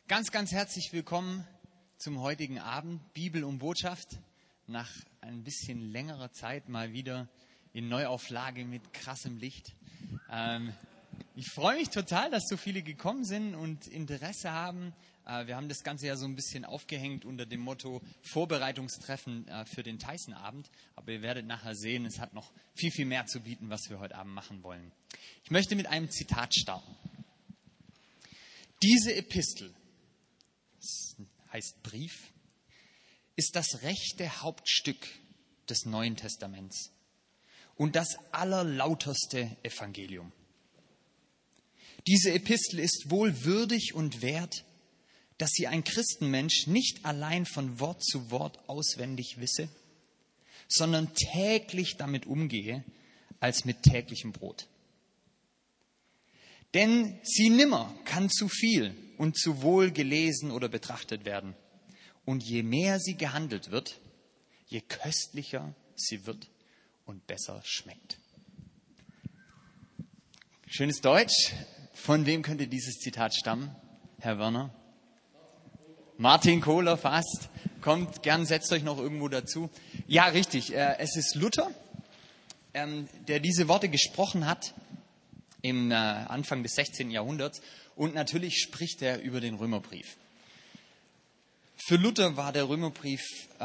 Ganz, ganz herzlich willkommen zum heutigen Abend, Bibel und Botschaft. Nach ein bisschen längerer Zeit mal wieder in Neuauflage mit krassem Licht. Ich freue mich total, dass so viele gekommen sind und Interesse haben. Wir haben das Ganze ja so ein bisschen aufgehängt unter dem Motto Vorbereitungstreffen für den Tyson-Abend. Aber ihr werdet nachher sehen, es hat noch viel, viel mehr zu bieten, was wir heute Abend machen wollen. Ich möchte mit einem Zitat starten. Diese Epistel, das heißt Brief, ist das rechte Hauptstück des Neuen Testaments und das allerlauterste Evangelium. Diese Epistel ist wohl würdig und wert, dass sie ein Christenmensch nicht allein von Wort zu Wort auswendig wisse, sondern täglich damit umgehe, als mit täglichem Brot. Denn sie nimmer kann zu viel und zu wohl gelesen oder betrachtet werden. Und je mehr sie gehandelt wird, je köstlicher sie wird und besser schmeckt. Schönes Deutsch. Von wem könnte dieses Zitat stammen, Herr Werner? Martin Kohler, fast. Kommt gern, setzt euch noch irgendwo dazu. Ja, richtig. Es ist Luther, der diese Worte gesprochen hat im Anfang des 16. Jahrhunderts. Und natürlich spricht er über den Römerbrief. Für Luther war der Römerbrief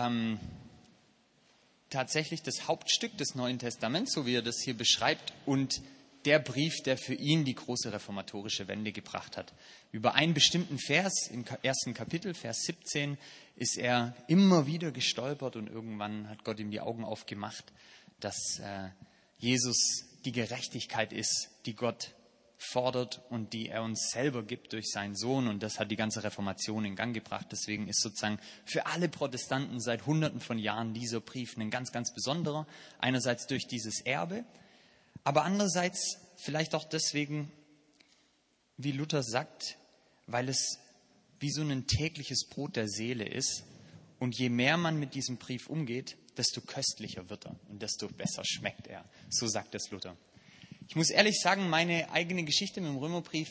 tatsächlich das Hauptstück des Neuen Testaments, so wie er das hier beschreibt, und der Brief, der für ihn die große reformatorische Wende gebracht hat. Über einen bestimmten Vers im ersten Kapitel, Vers 17, ist er immer wieder gestolpert und irgendwann hat Gott ihm die Augen aufgemacht, dass Jesus die Gerechtigkeit ist, die Gott fordert und die er uns selber gibt durch seinen Sohn. Und das hat die ganze Reformation in Gang gebracht. Deswegen ist sozusagen für alle Protestanten seit Hunderten von Jahren dieser Brief ein ganz, ganz besonderer. Einerseits durch dieses Erbe, aber andererseits vielleicht auch deswegen, wie Luther sagt, weil es wie so ein tägliches Brot der Seele ist. Und je mehr man mit diesem Brief umgeht, desto köstlicher wird er und desto besser schmeckt er. So sagt es Luther. Ich muss ehrlich sagen, meine eigene Geschichte mit dem Römerbrief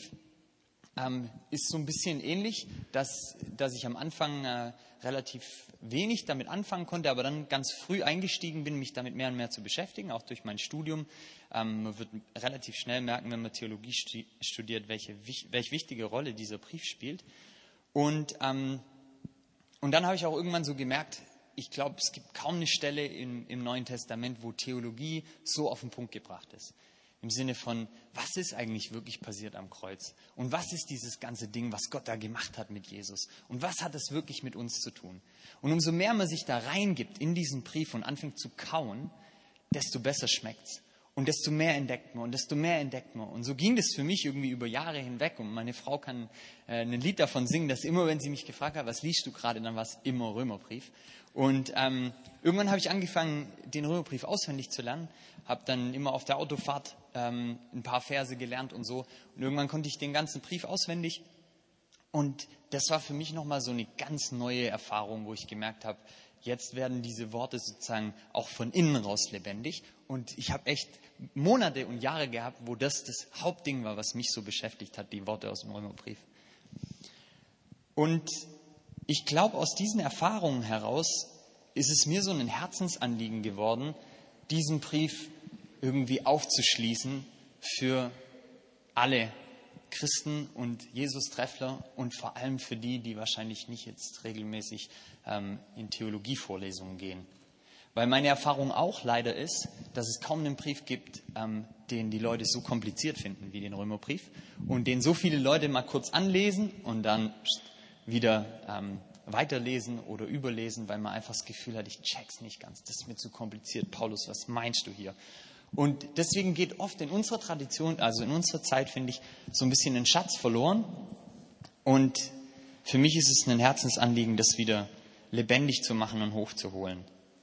ist so ein bisschen ähnlich, dass ich am Anfang relativ wenig damit anfangen konnte, aber dann ganz früh eingestiegen bin, mich damit mehr und mehr zu beschäftigen, auch durch mein Studium. Man wird relativ schnell merken, wenn man Theologie studiert, welche wichtige Rolle dieser Brief spielt. Und dann habe ich auch irgendwann so gemerkt, ich glaube, es gibt kaum eine Stelle im Neuen Testament, wo Theologie so auf den Punkt gebracht ist. Im Sinne von, was ist eigentlich wirklich passiert am Kreuz? Und was ist dieses ganze Ding, was Gott da gemacht hat mit Jesus? Und was hat es wirklich mit uns zu tun? Und umso mehr man sich da reingibt in diesen Brief und anfängt zu kauen, desto besser schmeckt's. Und desto mehr entdeckt man und desto mehr entdeckt man. Und so ging das für mich irgendwie über Jahre hinweg. Und meine Frau kann ein Lied davon singen, dass immer, wenn sie mich gefragt hat, was liest du gerade, dann war es immer Römerbrief. Und irgendwann habe ich angefangen, den Römerbrief auswendig zu lernen. Habe dann immer auf der Autofahrt ein paar Verse gelernt und so. Und irgendwann konnte ich den ganzen Brief auswendig. Und das war für mich nochmal so eine ganz neue Erfahrung, wo ich gemerkt habe, jetzt werden diese Worte sozusagen auch von innen raus lebendig. Und ich habe echt Monate und Jahre gehabt, wo das Hauptding war, was mich so beschäftigt hat, die Worte aus dem Römerbrief. Und ich glaube, aus diesen Erfahrungen heraus ist es mir so ein Herzensanliegen geworden, diesen Brief irgendwie aufzuschließen für alle Christen und Jesus-Treffler und vor allem für die wahrscheinlich nicht jetzt regelmäßig in Theologievorlesungen gehen. Weil meine Erfahrung auch leider ist, dass es kaum einen Brief gibt, den die Leute so kompliziert finden wie den Römerbrief und den so viele Leute mal kurz anlesen und dann wieder weiterlesen oder überlesen, weil man einfach das Gefühl hat, ich check's nicht ganz, das ist mir zu kompliziert. Paulus, was meinst du hier? Und deswegen geht oft in unserer Tradition, also in unserer Zeit, finde ich, so ein bisschen ein Schatz verloren. Und für mich ist es ein Herzensanliegen, das wieder lebendig zu machen und hochzuholen.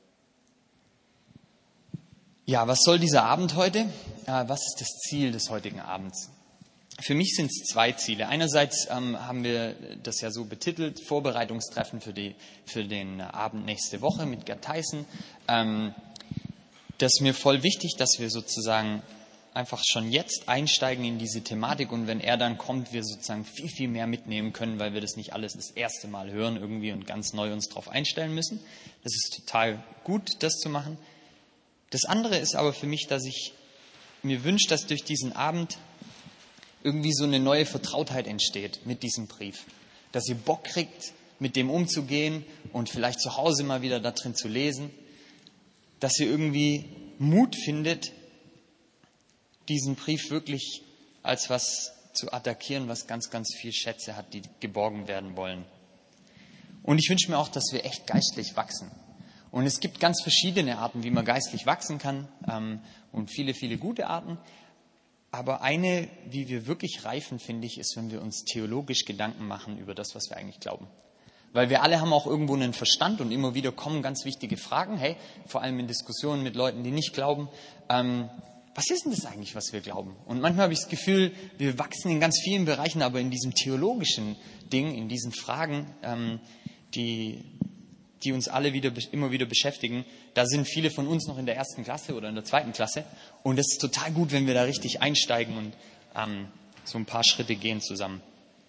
Ja, was soll dieser Abend heute? Was ist das Ziel des heutigen Abends? Für mich sind es zwei Ziele. Einerseits haben wir das ja so betitelt, Vorbereitungstreffen für den Abend nächste Woche mit Gerd Tyson. Das ist mir voll wichtig, dass wir sozusagen einfach schon jetzt einsteigen in diese Thematik und wenn er dann kommt, wir sozusagen viel, viel mehr mitnehmen können, weil wir das nicht alles das erste Mal hören irgendwie und ganz neu uns darauf einstellen müssen. Das ist total gut, das zu machen. Das andere ist aber für mich, dass ich mir wünsche, dass durch diesen Abend irgendwie so eine neue Vertrautheit entsteht mit diesem Brief. Dass ihr Bock kriegt, mit dem umzugehen und vielleicht zu Hause mal wieder da drin zu lesen. Dass ihr irgendwie Mut findet, diesen Brief wirklich als was zu attackieren, was ganz, ganz viel Schätze hat, die geborgen werden wollen. Und ich wünsche mir auch, dass wir echt geistlich wachsen. Und es gibt ganz verschiedene Arten, wie man geistlich wachsen kann und viele, viele gute Arten. Aber eine, wie wir wirklich reifen, finde ich, ist, wenn wir uns theologisch Gedanken machen über das, was wir eigentlich glauben. Weil wir alle haben auch irgendwo einen Verstand und immer wieder kommen ganz wichtige Fragen. Hey, vor allem in Diskussionen mit Leuten, die nicht glauben. Was ist denn das eigentlich, was wir glauben? Und manchmal habe ich das Gefühl, wir wachsen in ganz vielen Bereichen, aber in diesem theologischen Ding, in diesen Fragen, die uns alle immer wieder beschäftigen, da sind viele von uns noch in der 1. Klasse oder in der 2. Klasse. Und es ist total gut, wenn wir da richtig einsteigen und so ein paar Schritte gehen zusammen.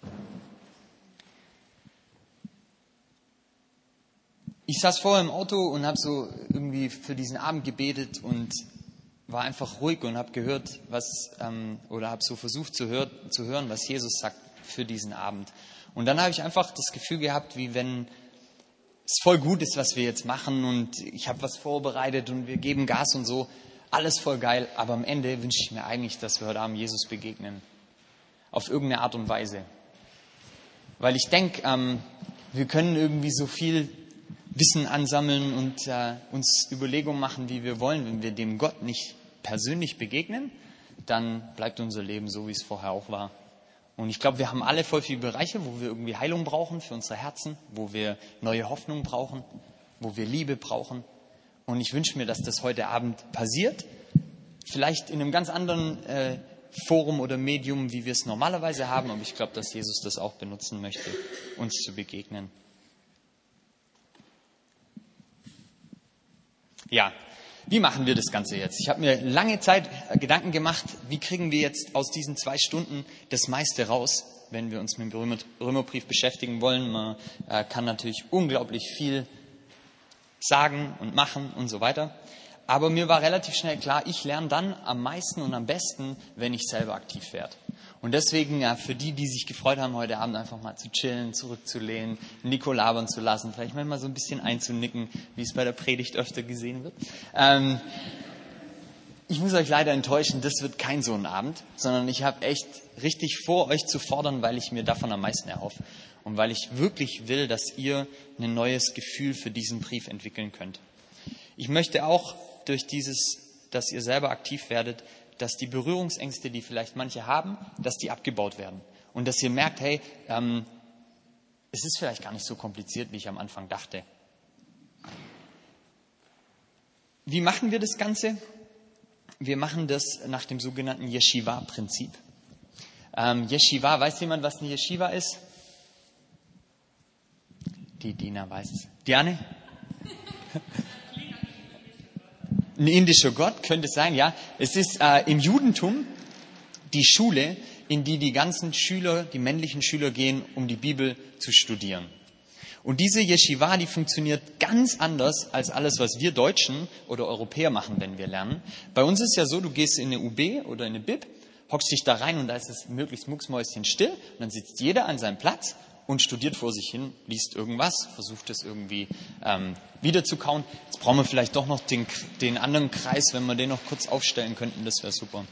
Ich saß vorher im Auto und habe so irgendwie für diesen Abend gebetet und war einfach ruhig und habe gehört, oder habe so versucht zu hören, was Jesus sagt für diesen Abend. Und dann habe ich einfach das Gefühl gehabt, wie wenn es voll gut ist, was wir jetzt machen und ich habe was vorbereitet und wir geben Gas und so. Alles voll geil, aber am Ende wünsche ich mir eigentlich, dass wir heute Abend Jesus begegnen. Auf irgendeine Art und Weise. Weil ich denke, wir können irgendwie so viel Wissen ansammeln und uns Überlegungen machen, wie wir wollen. Wenn wir dem Gott nicht persönlich begegnen, dann bleibt unser Leben so, wie es vorher auch war. Und ich glaube, wir haben alle voll viele Bereiche, wo wir irgendwie Heilung brauchen für unsere Herzen, wo wir neue Hoffnung brauchen, wo wir Liebe brauchen. Und ich wünsche mir, dass das heute Abend passiert. Vielleicht in einem ganz anderen Forum oder Medium, wie wir es normalerweise haben. Aber ich glaube, dass Jesus das auch benutzen möchte, uns zu begegnen. Ja, wie machen wir das Ganze jetzt? Ich habe mir lange Zeit Gedanken gemacht, wie kriegen wir jetzt aus diesen 2 Stunden das meiste raus, wenn wir uns mit dem Römerbrief beschäftigen wollen. Man kann natürlich unglaublich viel sagen und machen und so weiter. Aber mir war relativ schnell klar, ich lerne dann am meisten und am besten, wenn ich selber aktiv werde. Und deswegen, für die sich gefreut haben, heute Abend einfach mal zu chillen, zurückzulehnen, Nico labern zu lassen, vielleicht manchmal so ein bisschen einzunicken, wie es bei der Predigt öfter gesehen wird. Ich muss euch leider enttäuschen, das wird kein so ein Abend, sondern ich habe echt richtig vor, euch zu fordern, weil ich mir davon am meisten erhoffe. Und weil ich wirklich will, dass ihr ein neues Gefühl für diesen Brief entwickeln könnt. Ich möchte auch durch dieses, dass ihr selber aktiv werdet, dass die Berührungsängste, die vielleicht manche haben, dass die abgebaut werden. Und dass ihr merkt, hey, es ist vielleicht gar nicht so kompliziert, wie ich am Anfang dachte. Wie machen wir das Ganze? Wir machen das nach dem sogenannten Yeshiva-Prinzip. Yeshiva, weiß jemand, was eine Yeshiva ist? Die Dina weiß es. Diane? Ein indischer Gott, könnte es sein, ja. Es ist im Judentum die Schule, in die ganzen Schüler, die männlichen Schüler gehen, um die Bibel zu studieren. Und diese Yeshiva, die funktioniert ganz anders als alles, was wir Deutschen oder Europäer machen, wenn wir lernen. Bei uns ist ja so, du gehst in eine UB oder in eine Bib, hockst dich da rein und da ist es möglichst mucksmäuschenstill. Und dann sitzt jeder an seinem Platz und studiert vor sich hin, liest irgendwas, versucht es irgendwie wiederzukauen. Jetzt brauchen wir vielleicht doch noch den anderen Kreis, wenn wir den noch kurz aufstellen könnten, das wäre super.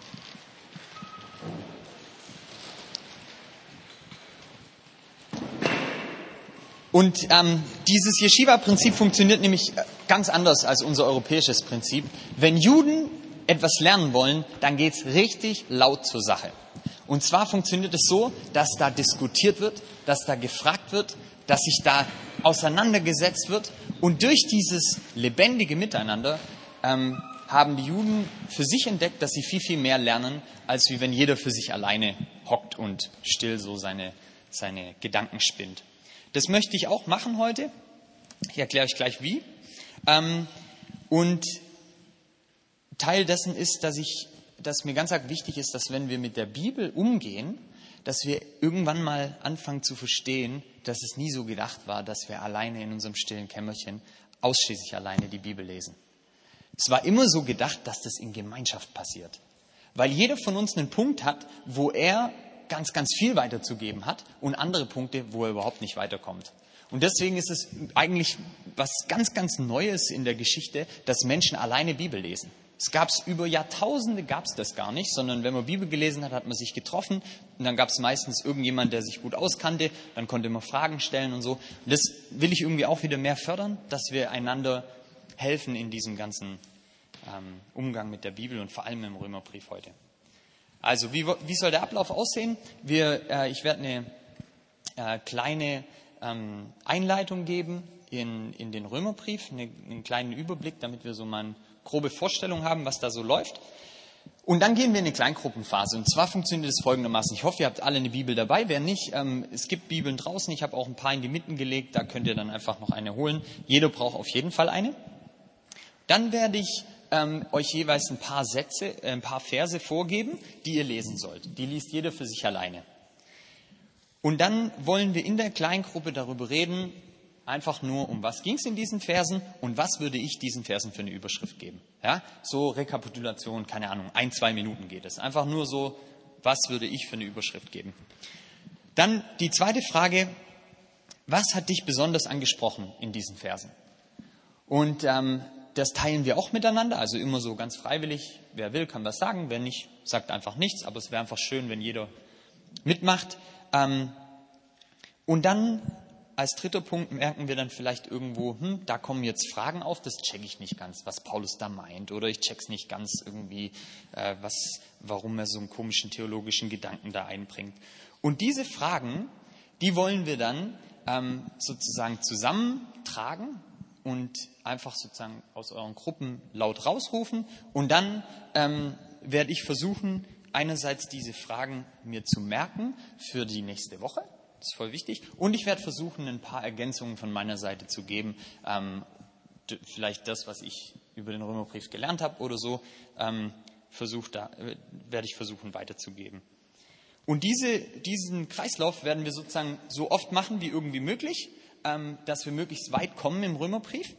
Und dieses Yeshiva-Prinzip funktioniert nämlich ganz anders als unser europäisches Prinzip. Wenn Juden etwas lernen wollen, dann geht's richtig laut zur Sache. Und zwar funktioniert es so, dass da diskutiert wird, dass da gefragt wird, dass sich da auseinandergesetzt wird. Und durch dieses lebendige Miteinander haben die Juden für sich entdeckt, dass sie viel, viel mehr lernen, als wie wenn jeder für sich alleine hockt und still so seine Gedanken spinnt. Das möchte ich auch machen heute. Ich erkläre euch gleich wie. Und Teil dessen ist, dass ich dass mir ganz arg wichtig ist, dass wenn wir mit der Bibel umgehen, dass wir irgendwann mal anfangen zu verstehen, dass es nie so gedacht war, dass wir alleine in unserem stillen Kämmerchen ausschließlich alleine die Bibel lesen. Es war immer so gedacht, dass das in Gemeinschaft passiert. Weil jeder von uns einen Punkt hat, wo er ganz, ganz viel weiterzugeben hat und andere Punkte, wo er überhaupt nicht weiterkommt. Und deswegen ist es eigentlich was ganz, ganz Neues in der Geschichte, dass Menschen alleine Bibel lesen. Es gab es über Jahrtausende, gab es das gar nicht, sondern wenn man Bibel gelesen hat, hat man sich getroffen und dann gab es meistens irgendjemand, der sich gut auskannte, dann konnte man Fragen stellen und so. Und das will ich irgendwie auch wieder mehr fördern, dass wir einander helfen in diesem ganzen Umgang mit der Bibel und vor allem im Römerbrief heute. Also wie soll der Ablauf aussehen? Ich werde eine kleine Einleitung geben in den Römerbrief, einen kleinen Überblick, damit wir so mal eine grobe Vorstellung haben, was da so läuft. Und dann gehen wir in eine Kleingruppenphase. Und zwar funktioniert es folgendermaßen. Ich hoffe, ihr habt alle eine Bibel dabei. Wer nicht, es gibt Bibeln draußen. Ich habe auch ein paar in die Mitten gelegt. Da könnt ihr dann einfach noch eine holen. Jeder braucht auf jeden Fall eine. Dann werde ich euch jeweils ein paar Verse vorgeben, die ihr lesen sollt. Die liest jeder für sich alleine. Und dann wollen wir in der Kleingruppe darüber reden, einfach nur, um was ging es in diesen Versen und was würde ich diesen Versen für eine Überschrift geben. Ja? So Rekapitulation, keine Ahnung, 1-2 Minuten geht es. Einfach nur so, was würde ich für eine Überschrift geben. Dann die zweite Frage, was hat dich besonders angesprochen in diesen Versen? Und das teilen wir auch miteinander, also immer so ganz freiwillig. Wer will, kann was sagen, wer nicht, sagt einfach nichts. Aber es wäre einfach schön, wenn jeder mitmacht. Und dann als dritter Punkt merken wir dann vielleicht irgendwo, da kommen jetzt Fragen auf, das checke ich nicht ganz, was Paulus da meint. Oder ich check's nicht ganz irgendwie, warum er so einen komischen theologischen Gedanken da einbringt. Und diese Fragen, die wollen wir dann sozusagen zusammentragen und einfach sozusagen aus euren Gruppen laut rausrufen. Und dann werde ich versuchen, einerseits diese Fragen mir zu merken für die nächste Woche. Das ist voll wichtig. Und ich werde versuchen, ein paar Ergänzungen von meiner Seite zu geben. Vielleicht das, was ich über den Römerbrief gelernt habe oder so, werde ich versuchen weiterzugeben. Und diesen Kreislauf werden wir sozusagen so oft machen wie irgendwie möglich, dass wir möglichst weit kommen im Römerbrief.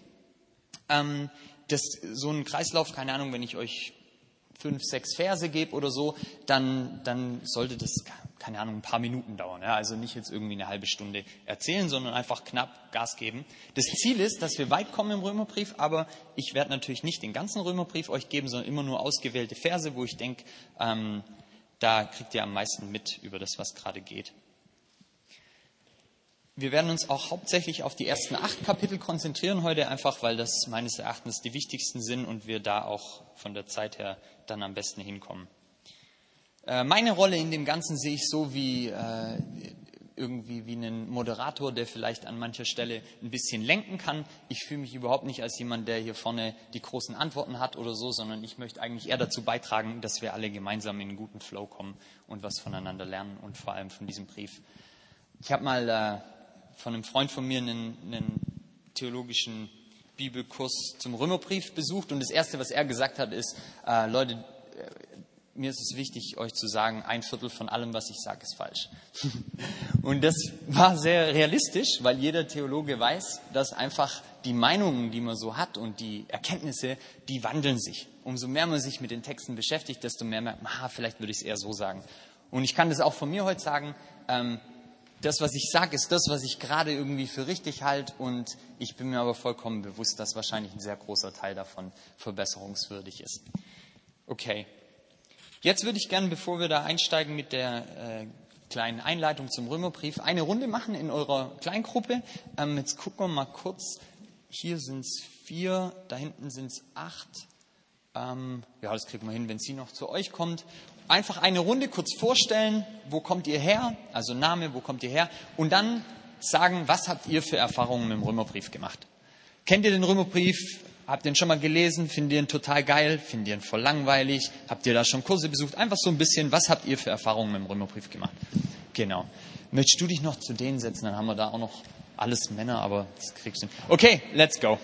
So ein Kreislauf, keine Ahnung, wenn ich euch 5-6 Verse gebe oder so, dann sollte das, keine Ahnung, ein paar Minuten dauern. Ja? Also nicht jetzt irgendwie eine halbe Stunde erzählen, sondern einfach knapp Gas geben. Das Ziel ist, dass wir weit kommen im Römerbrief, aber ich werde natürlich nicht den ganzen Römerbrief euch geben, sondern immer nur ausgewählte Verse, wo ich denke, da kriegt ihr am meisten mit über das, was gerade geht. Wir werden uns auch hauptsächlich auf die ersten 8 Kapitel konzentrieren heute, einfach weil das meines Erachtens die wichtigsten sind und wir da auch von der Zeit her dann am besten hinkommen. Meine Rolle in dem Ganzen sehe ich so wie irgendwie wie einen Moderator, der vielleicht an mancher Stelle ein bisschen lenken kann. Ich fühle mich überhaupt nicht als jemand, der hier vorne die großen Antworten hat oder so, sondern ich möchte eigentlich eher dazu beitragen, dass wir alle gemeinsam in einen guten Flow kommen und was voneinander lernen und vor allem von diesem Brief. Ich habe mal von einem Freund von mir einen theologischen Bibelkurs zum Römerbrief besucht und das Erste, was er gesagt hat, ist, Leute, mir ist es wichtig, euch zu sagen, 1/4 von allem, was ich sage, ist falsch. Und das war sehr realistisch, weil jeder Theologe weiß, dass einfach die Meinungen, die man so hat und die Erkenntnisse, die wandeln sich. Umso mehr man sich mit den Texten beschäftigt, desto mehr merkt man, vielleicht würde ich es eher so sagen. Und ich kann das auch von mir heute sagen, das, was ich sage, ist das, was ich gerade irgendwie für richtig halte und ich bin mir aber vollkommen bewusst, dass wahrscheinlich ein sehr großer Teil davon verbesserungswürdig ist. Okay. Jetzt würde ich gerne, bevor wir da einsteigen mit der kleinen Einleitung zum Römerbrief, eine Runde machen in eurer Kleingruppe. Jetzt gucken wir mal kurz. Hier sind es 4, da hinten sind es 8. Ja, das kriegen wir hin, wenn sie noch zu euch kommt. Einfach eine Runde kurz vorstellen, wo kommt ihr her, also Name, wo kommt ihr her, und dann sagen, was habt ihr für Erfahrungen mit dem Römerbrief gemacht? Kennt ihr den Römerbrief? Habt ihr ihn schon mal gelesen? Findet ihr ihn total geil? Findet ihr ihn voll langweilig? Habt ihr da schon Kurse besucht? Einfach so ein bisschen, was habt ihr für Erfahrungen mit dem Römerbrief gemacht? Genau. Möchtest du dich noch zu denen setzen? Dann haben wir da auch noch alles Männer, aber das kriegst du hin. Okay, let's go.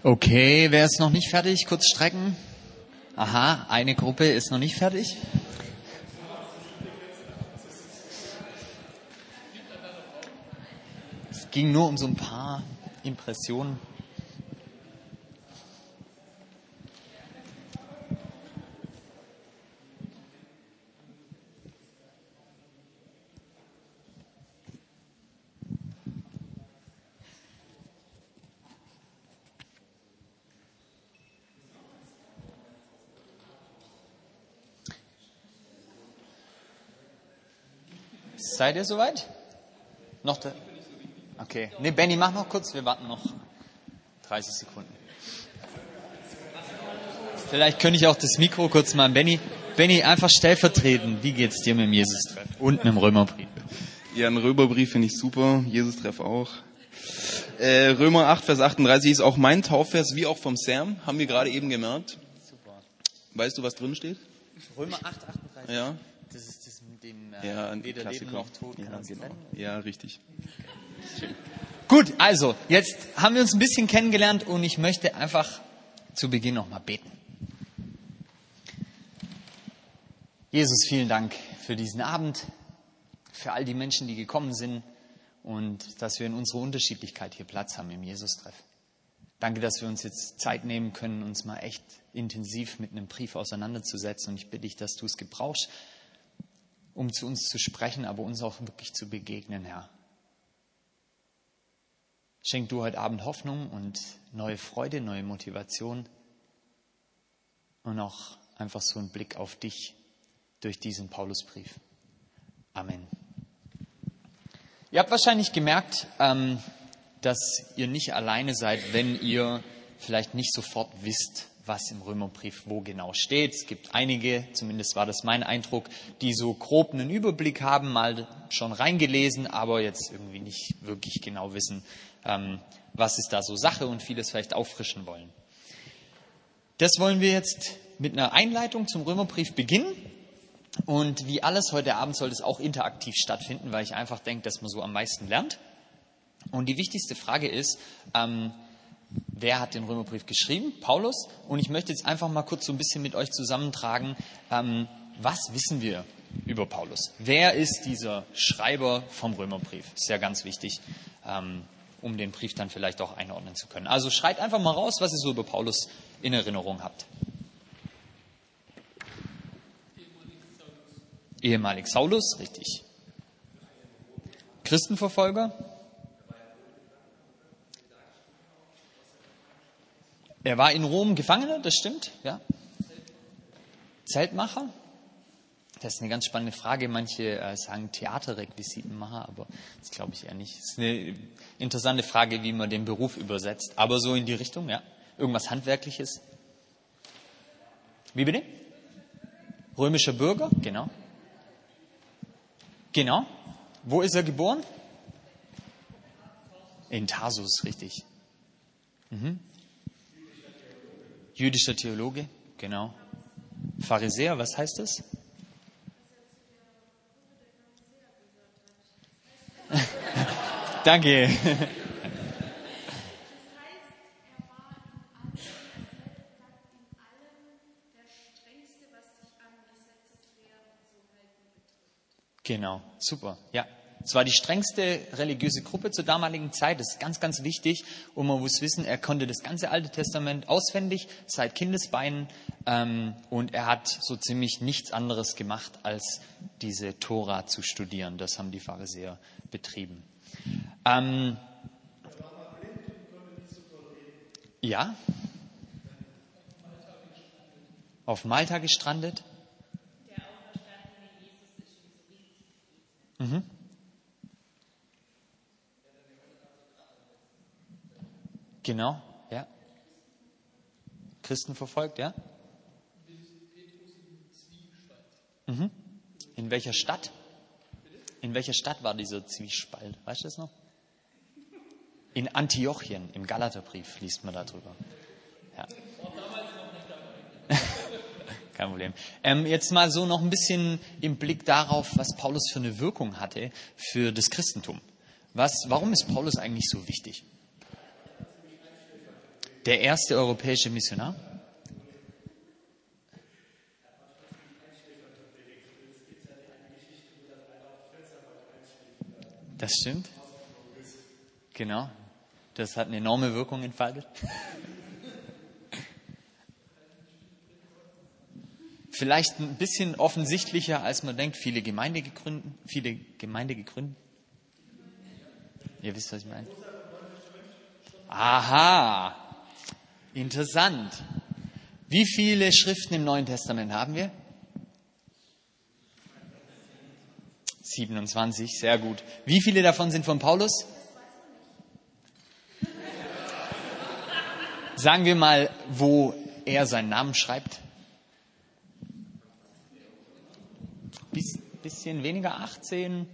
Okay, wer ist noch nicht fertig? Kurz strecken. Aha, eine Gruppe ist noch nicht fertig. Es ging nur um so ein paar Impressionen. Seid ihr soweit? Noch da? Okay. Ne, Benny, mach noch kurz. Wir warten noch 30 Sekunden. Vielleicht könnte ich auch das Mikro kurz mal an Benny. Benny, einfach stellvertretend. Wie geht's dir mit dem Jesus-Treff und mit dem Römerbrief? Ja, einen Römerbrief finde ich super. Jesus-Treff auch. Römer 8, Vers 38 ist auch mein Taufvers, wie auch vom Sam. Haben wir gerade eben gemerkt. Super. Weißt du, was drin steht? Römer 8, 38. Ja. Das ist das mit dem weder Leben noch Tod. Ja, genau. Ja, richtig. Schön. Gut, also, jetzt haben wir uns ein bisschen kennengelernt und ich möchte einfach zu Beginn nochmal beten. Jesus, vielen Dank für diesen Abend, für all die Menschen, die gekommen sind und dass wir in unserer Unterschiedlichkeit hier Platz haben im Jesus-Treff. Danke, dass wir uns jetzt Zeit nehmen können, uns mal echt intensiv mit einem Brief auseinanderzusetzen. Und ich bitte dich, dass du es gebrauchst, um zu uns zu sprechen, aber uns auch wirklich zu begegnen, Herr. Schenk du heute Abend Hoffnung und neue Freude, neue Motivation und auch einfach so einen Blick auf dich durch diesen Paulusbrief. Amen. Ihr habt wahrscheinlich gemerkt, dass ihr nicht alleine seid, wenn ihr vielleicht nicht sofort wisst, was im Römerbrief wo genau steht. Es gibt einige, zumindest war das mein Eindruck, die so grob einen Überblick haben, mal schon reingelesen, aber jetzt irgendwie nicht wirklich genau wissen, was ist da so Sache und vieles vielleicht auffrischen wollen. Das wollen wir jetzt mit einer Einleitung zum Römerbrief beginnen. Und wie alles heute Abend soll es auch interaktiv stattfinden, weil ich einfach denke, dass man so am meisten lernt. Und die wichtigste Frage ist, wer hat den Römerbrief geschrieben? Paulus. Und ich möchte jetzt einfach mal kurz so ein bisschen mit euch zusammentragen, was wissen wir über Paulus? Wer ist dieser Schreiber vom Römerbrief? Ist ja ganz wichtig, um den Brief dann vielleicht auch einordnen zu können. Also schreibt einfach mal raus, was ihr so über Paulus in Erinnerung habt. Ehemalig Saulus, richtig. Christenverfolger. Er war in Rom Gefangener, das stimmt, ja. Zeltmacher. Das ist eine ganz spannende Frage. Manche sagen Theaterrequisitenmacher, aber das glaube ich eher nicht. Das ist eine interessante Frage, wie man den Beruf übersetzt. Aber so in die Richtung, ja. Irgendwas Handwerkliches. Wie bitte? Römischer Bürger, genau. Genau. Wo ist er geboren? In Tarsus, richtig. Jüdischer Theologe, genau. Pharisäer, was heißt das? Danke. Genau, super, ja. Es war die strengste religiöse Gruppe zur damaligen Zeit. Das ist ganz, ganz wichtig. Und man muss wissen, er konnte das ganze Alte Testament auswendig, seit Kindesbeinen. Und er hat so ziemlich nichts anderes gemacht, als diese Tora zu studieren. Das haben die Pharisäer betrieben. Ja. Auf Malta gestrandet. Genau, ja. Christen verfolgt, ja. In welcher Stadt? In welcher Stadt war dieser Zwiespalt? Weißt du das noch? In Antiochien, im Galaterbrief liest man darüber. Ja. Kein Problem. Jetzt mal so noch ein bisschen im Blick darauf, was Paulus für eine Wirkung hatte für das Christentum. Warum ist Paulus eigentlich so wichtig? Der erste europäische Missionar? Das stimmt. Genau. Das hat eine enorme Wirkung entfaltet. Vielleicht ein bisschen offensichtlicher, als man denkt, viele Gemeinde gegründet. Ihr wisst, was ich meine. Aha, interessant. Wie viele Schriften im Neuen Testament haben wir? 27, sehr gut. Wie viele davon sind von Paulus? Sagen wir mal, wo er seinen Namen schreibt. Bisschen weniger, 18,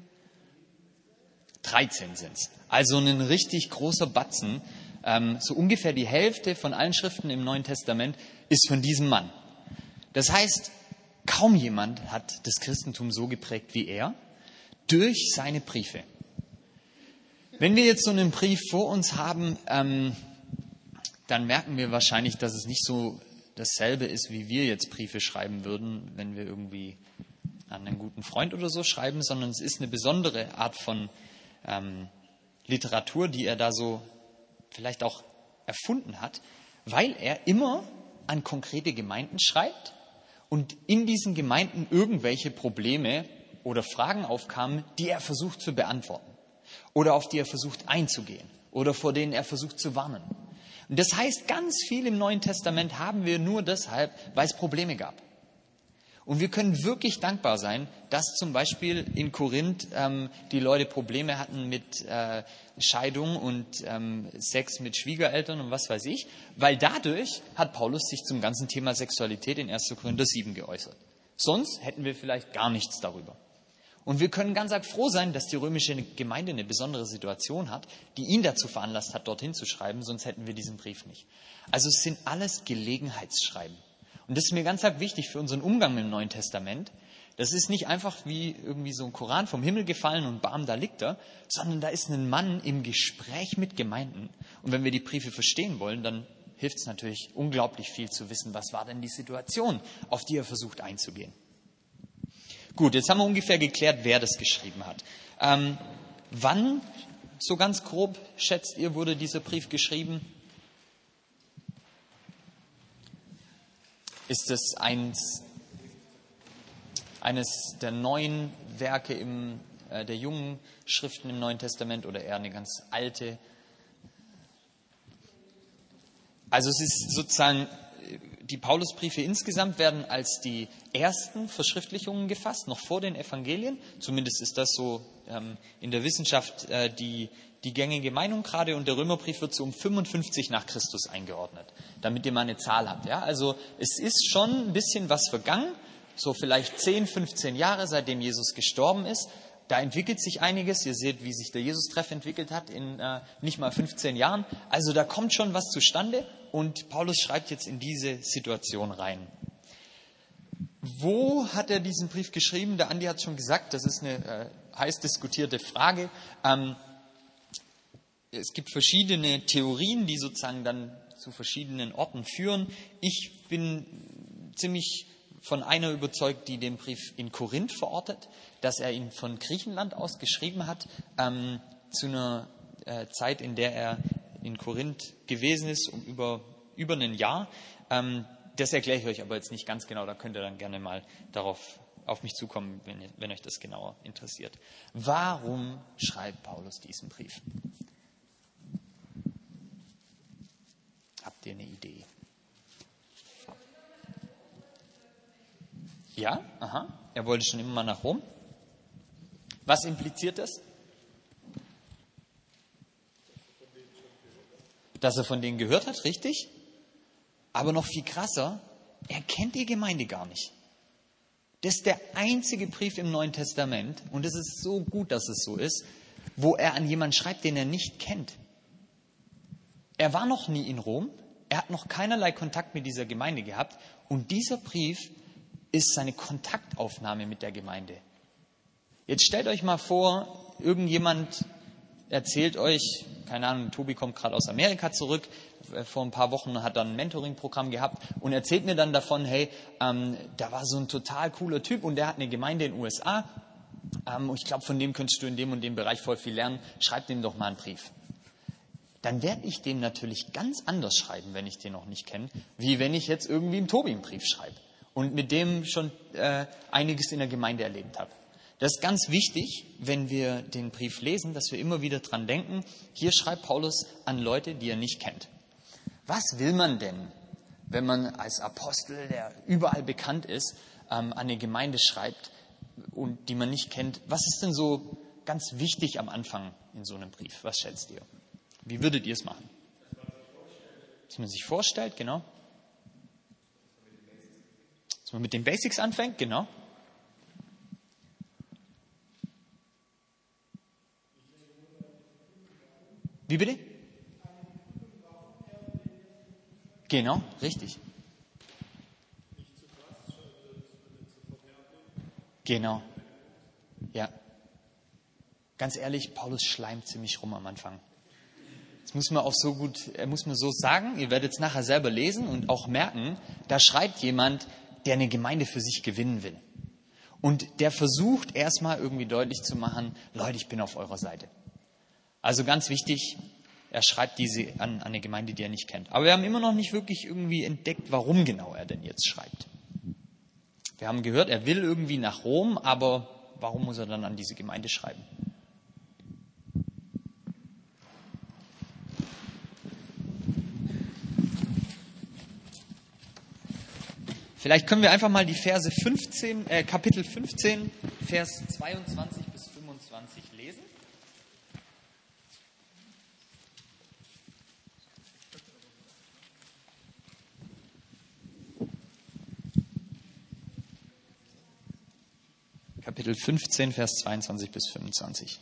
13 sind es. Also ein richtig großer Batzen. So ungefähr die Hälfte von allen Schriften im Neuen Testament ist von diesem Mann. Das heißt, kaum jemand hat das Christentum so geprägt wie er, durch seine Briefe. Wenn wir jetzt so einen Brief vor uns haben, dann merken wir wahrscheinlich, dass es nicht so dasselbe ist, wie wir jetzt Briefe schreiben würden, wenn wir irgendwie an einen guten Freund oder so schreiben, sondern es ist eine besondere Art von Literatur, die er da so vielleicht auch erfunden hat, weil er immer an konkrete Gemeinden schreibt und in diesen Gemeinden irgendwelche Probleme oder Fragen aufkamen, die er versucht zu beantworten oder auf die er versucht einzugehen oder vor denen er versucht zu warnen. Und das heißt, ganz viel im Neuen Testament haben wir nur deshalb, weil es Probleme gab. Und wir können wirklich dankbar sein, dass zum Beispiel in Korinth die Leute Probleme hatten mit Scheidung und Sex mit Schwiegereltern und was weiß ich, weil dadurch hat Paulus sich zum ganzen Thema Sexualität in 1. Korinther 7 geäußert. Sonst hätten wir vielleicht gar nichts darüber. Und wir können ganz arg froh sein, dass die römische Gemeinde eine besondere Situation hat, die ihn dazu veranlasst hat, dorthin zu schreiben, sonst hätten wir diesen Brief nicht. Also es sind alles Gelegenheitsschreiben. Und das ist mir ganz arg wichtig für unseren Umgang mit dem Neuen Testament. Das ist nicht einfach wie irgendwie so ein Koran vom Himmel gefallen und bam, da liegt er, sondern da ist ein Mann im Gespräch mit Gemeinden. Und wenn wir die Briefe verstehen wollen, dann hilft es natürlich unglaublich viel zu wissen, was war denn die Situation, auf die er versucht einzugehen. Gut, jetzt haben wir ungefähr geklärt, wer das geschrieben hat. Wann, so ganz grob, schätzt ihr, wurde dieser Brief geschrieben? Ist es eines der neuen Werke der jungen Schriften im Neuen Testament oder eher eine ganz alte? Also es ist sozusagen, die Paulusbriefe insgesamt werden als die ersten Verschriftlichungen gefasst, noch vor den Evangelien. Zumindest ist das so in der Wissenschaft die gängige Meinung gerade. Und der Römerbrief wird so um 55 nach Christus eingeordnet, damit ihr mal eine Zahl habt. Ja? Also es ist schon ein bisschen was vergangen, so vielleicht 10, 15 Jahre, seitdem Jesus gestorben ist. Da entwickelt sich einiges. Ihr seht, wie sich der Jesus-Treff entwickelt hat in nicht mal 15 Jahren. Also da kommt schon was zustande und Paulus schreibt jetzt in diese Situation rein. Wo hat er diesen Brief geschrieben? Der Andi hat es schon gesagt, das ist eine heiß diskutierte Frage. Es gibt verschiedene Theorien, die sozusagen dann zu verschiedenen Orten führen. Ich bin ziemlich von einer überzeugt, die den Brief in Korinth verortet, dass er ihn von Griechenland aus geschrieben hat, zu einer Zeit, in der er in Korinth gewesen ist, um über ein Jahr. Das erkläre ich euch aber jetzt nicht ganz genau, da könnt ihr dann gerne mal auf mich zukommen, wenn euch das genauer interessiert. Warum schreibt Paulus diesen Brief? Habt ihr eine Idee? Ja, aha. Er wollte schon immer mal nach Rom. Was impliziert das? Dass er von denen gehört hat, richtig? Aber noch viel krasser, er kennt die Gemeinde gar nicht. Das ist der einzige Brief im Neuen Testament, und es ist so gut, dass es so ist, wo er an jemanden schreibt, den er nicht kennt. Er war noch nie in Rom, er hat noch keinerlei Kontakt mit dieser Gemeinde gehabt, und dieser Brief ist seine Kontaktaufnahme mit der Gemeinde. Jetzt stellt euch mal vor, irgendjemand erzählt euch, keine Ahnung, Tobi kommt gerade aus Amerika zurück, vor ein paar Wochen hat dann ein Mentoring-Programm gehabt und erzählt mir dann davon, hey, da war so ein total cooler Typ und der hat eine Gemeinde in den USA. Ich glaube, von dem könntest du in dem und dem Bereich voll viel lernen. Schreib dem doch mal einen Brief. Dann werde ich dem natürlich ganz anders schreiben, wenn ich den noch nicht kenne, wie wenn ich jetzt irgendwie dem Tobi einen Brief schreibe und mit dem schon einiges in der Gemeinde erlebt habe. Das ist ganz wichtig, wenn wir den Brief lesen, dass wir immer wieder dran denken, hier schreibt Paulus an Leute, die er nicht kennt. Was will man denn, wenn man als Apostel, der überall bekannt ist, an eine Gemeinde schreibt und die man nicht kennt? Was ist denn so ganz wichtig am Anfang in so einem Brief? Was schätzt ihr? Wie würdet ihr es machen? Dass man sich vorstellt, genau. Dass man mit den Basics anfängt, genau. Wie bitte? Genau, richtig. Genau. Ja. Ganz ehrlich, Paulus schleimt ziemlich rum am Anfang. Das muss man auch so gut, muss man so sagen. Ihr werdet es nachher selber lesen und auch merken, da schreibt jemand, der eine Gemeinde für sich gewinnen will. Und der versucht erstmal irgendwie deutlich zu machen, Leute, ich bin auf eurer Seite. Also ganz wichtig, er schreibt diese an eine Gemeinde, die er nicht kennt. Aber wir haben immer noch nicht wirklich irgendwie entdeckt, warum genau er denn jetzt schreibt. Wir haben gehört, er will irgendwie nach Rom, aber warum muss er dann an diese Gemeinde schreiben? Vielleicht können wir einfach mal die Verse Kapitel 15, Vers 22 bis 25 lesen. Kapitel 15, Vers 22 bis 25.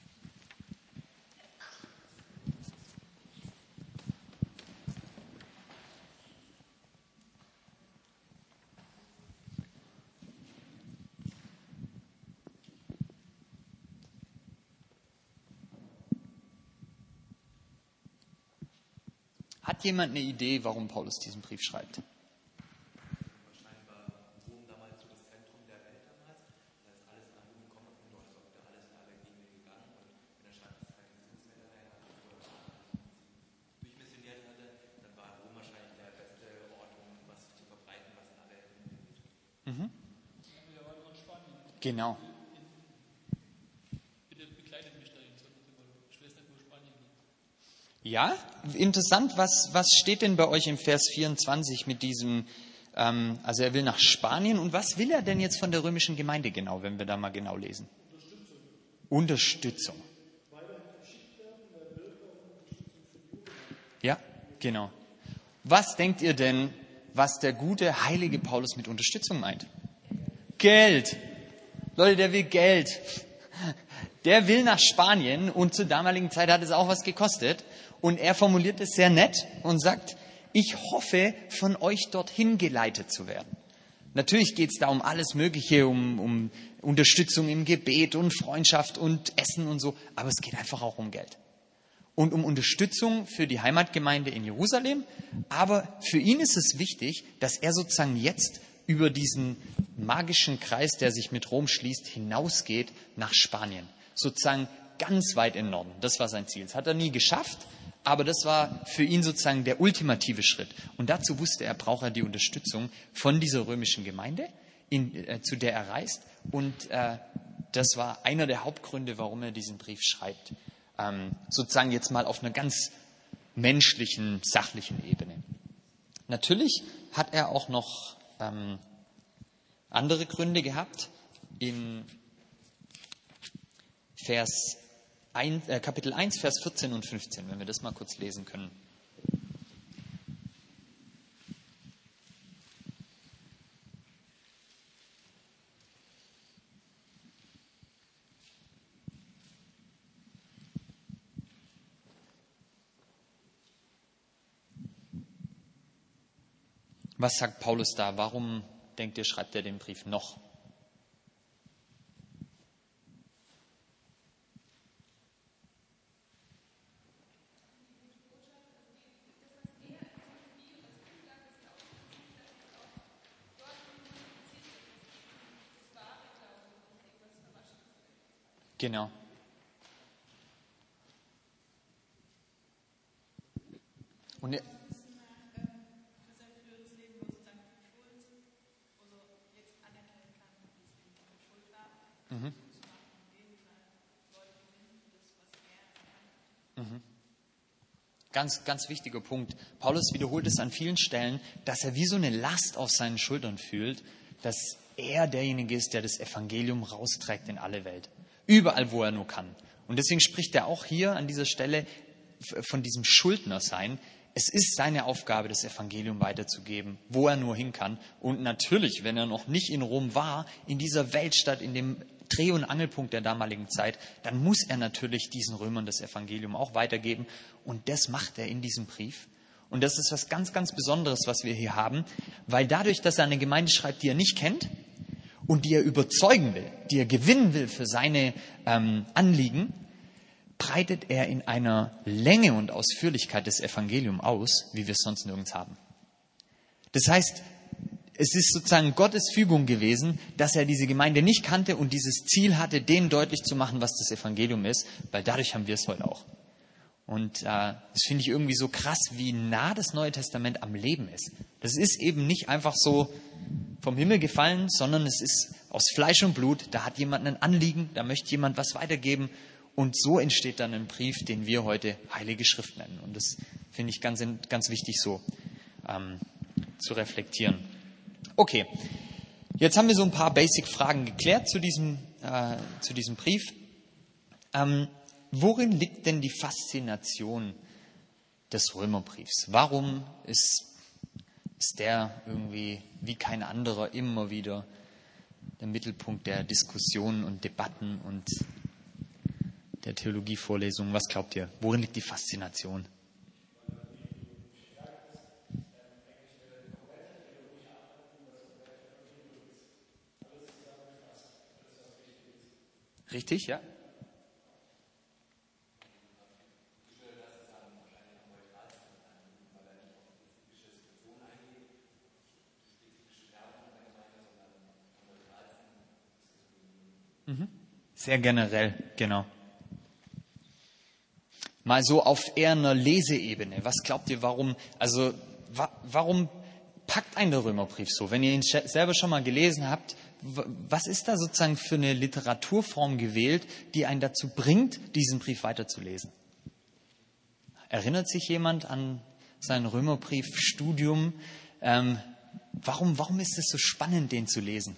Hat jemand eine Idee, warum Paulus diesen Brief schreibt? Genau. Ja, interessant, was steht denn bei euch im Vers 24 mit diesem, also er will nach Spanien und was will er denn jetzt von der römischen Gemeinde genau, wenn wir da mal genau lesen? Unterstützung. Ja, genau. Was denkt ihr denn, was der gute, heilige Paulus mit Unterstützung meint? Geld. Leute, der will Geld. Der will nach Spanien und zur damaligen Zeit hat es auch was gekostet. Und er formuliert es sehr nett und sagt, ich hoffe, von euch dorthin geleitet zu werden. Natürlich geht es da um alles Mögliche, um Unterstützung im Gebet und Freundschaft und Essen und so, aber es geht einfach auch um Geld. Und um Unterstützung für die Heimatgemeinde in Jerusalem. Aber für ihn ist es wichtig, dass er sozusagen jetzt über diesen magischen Kreis, der sich mit Rom schließt, hinausgeht nach Spanien. Sozusagen ganz weit in den Norden. Das war sein Ziel. Das hat er nie geschafft, aber das war für ihn sozusagen der ultimative Schritt. Und dazu wusste er, braucht er die Unterstützung von dieser römischen Gemeinde, zu der er reist. Und das war einer der Hauptgründe, warum er diesen Brief schreibt. Sozusagen jetzt mal auf einer ganz menschlichen, sachlichen Ebene. Natürlich hat er auch noch andere Gründe gehabt. In Kapitel 1, Vers 14 und 15, wenn wir das mal kurz lesen können. Was sagt Paulus da? Warum, denkt ihr, schreibt er den Brief noch? Genau. Und ganz, ganz wichtiger Punkt. Paulus wiederholt es an vielen Stellen, dass er wie so eine Last auf seinen Schultern fühlt, dass er derjenige ist, der das Evangelium rausträgt in alle Welt. Überall, wo er nur kann. Und deswegen spricht er auch hier an dieser Stelle von diesem Schuldnersein. Es ist seine Aufgabe, das Evangelium weiterzugeben, wo er nur hin kann. Und natürlich, wenn er noch nicht in Rom war, in dieser Weltstadt, in dem Dreh- und Angelpunkt der damaligen Zeit, dann muss er natürlich diesen Römern das Evangelium auch weitergeben. Und das macht er in diesem Brief. Und das ist was ganz, ganz Besonderes, was wir hier haben, weil dadurch, dass er eine Gemeinde schreibt, die er nicht kennt und die er überzeugen will, die er gewinnen will für seine Anliegen, breitet er in einer Länge und Ausführlichkeit das Evangelium aus, wie wir es sonst nirgends haben. Das heißt, es ist sozusagen Gottes Fügung gewesen, dass er diese Gemeinde nicht kannte und dieses Ziel hatte, denen deutlich zu machen, was das Evangelium ist, weil dadurch haben wir es heute auch. Und das finde ich irgendwie so krass, wie nah das Neue Testament am Leben ist. Das ist eben nicht einfach so vom Himmel gefallen, sondern es ist aus Fleisch und Blut. Da hat jemand ein Anliegen, da möchte jemand was weitergeben. Und so entsteht dann ein Brief, den wir heute Heilige Schrift nennen. Und das finde ich ganz, ganz wichtig so zu reflektieren. Okay, jetzt haben wir so ein paar Basic-Fragen geklärt zu diesem Brief. Worin liegt denn die Faszination des Römerbriefs? Warum ist der irgendwie wie kein anderer immer wieder der Mittelpunkt der Diskussionen und Debatten und der Theologievorlesungen? Was glaubt ihr? Worin liegt die Faszination? Richtig, ja? Sehr generell, genau. Mal so auf eher einer Leseebene. Was glaubt ihr, warum packt einen der Römerbrief so? Wenn ihr ihn selber schon mal gelesen habt, was ist da sozusagen für eine Literaturform gewählt, die einen dazu bringt, diesen Brief weiterzulesen? Erinnert sich jemand an sein Römerbriefstudium? Warum ist es so spannend, den zu lesen?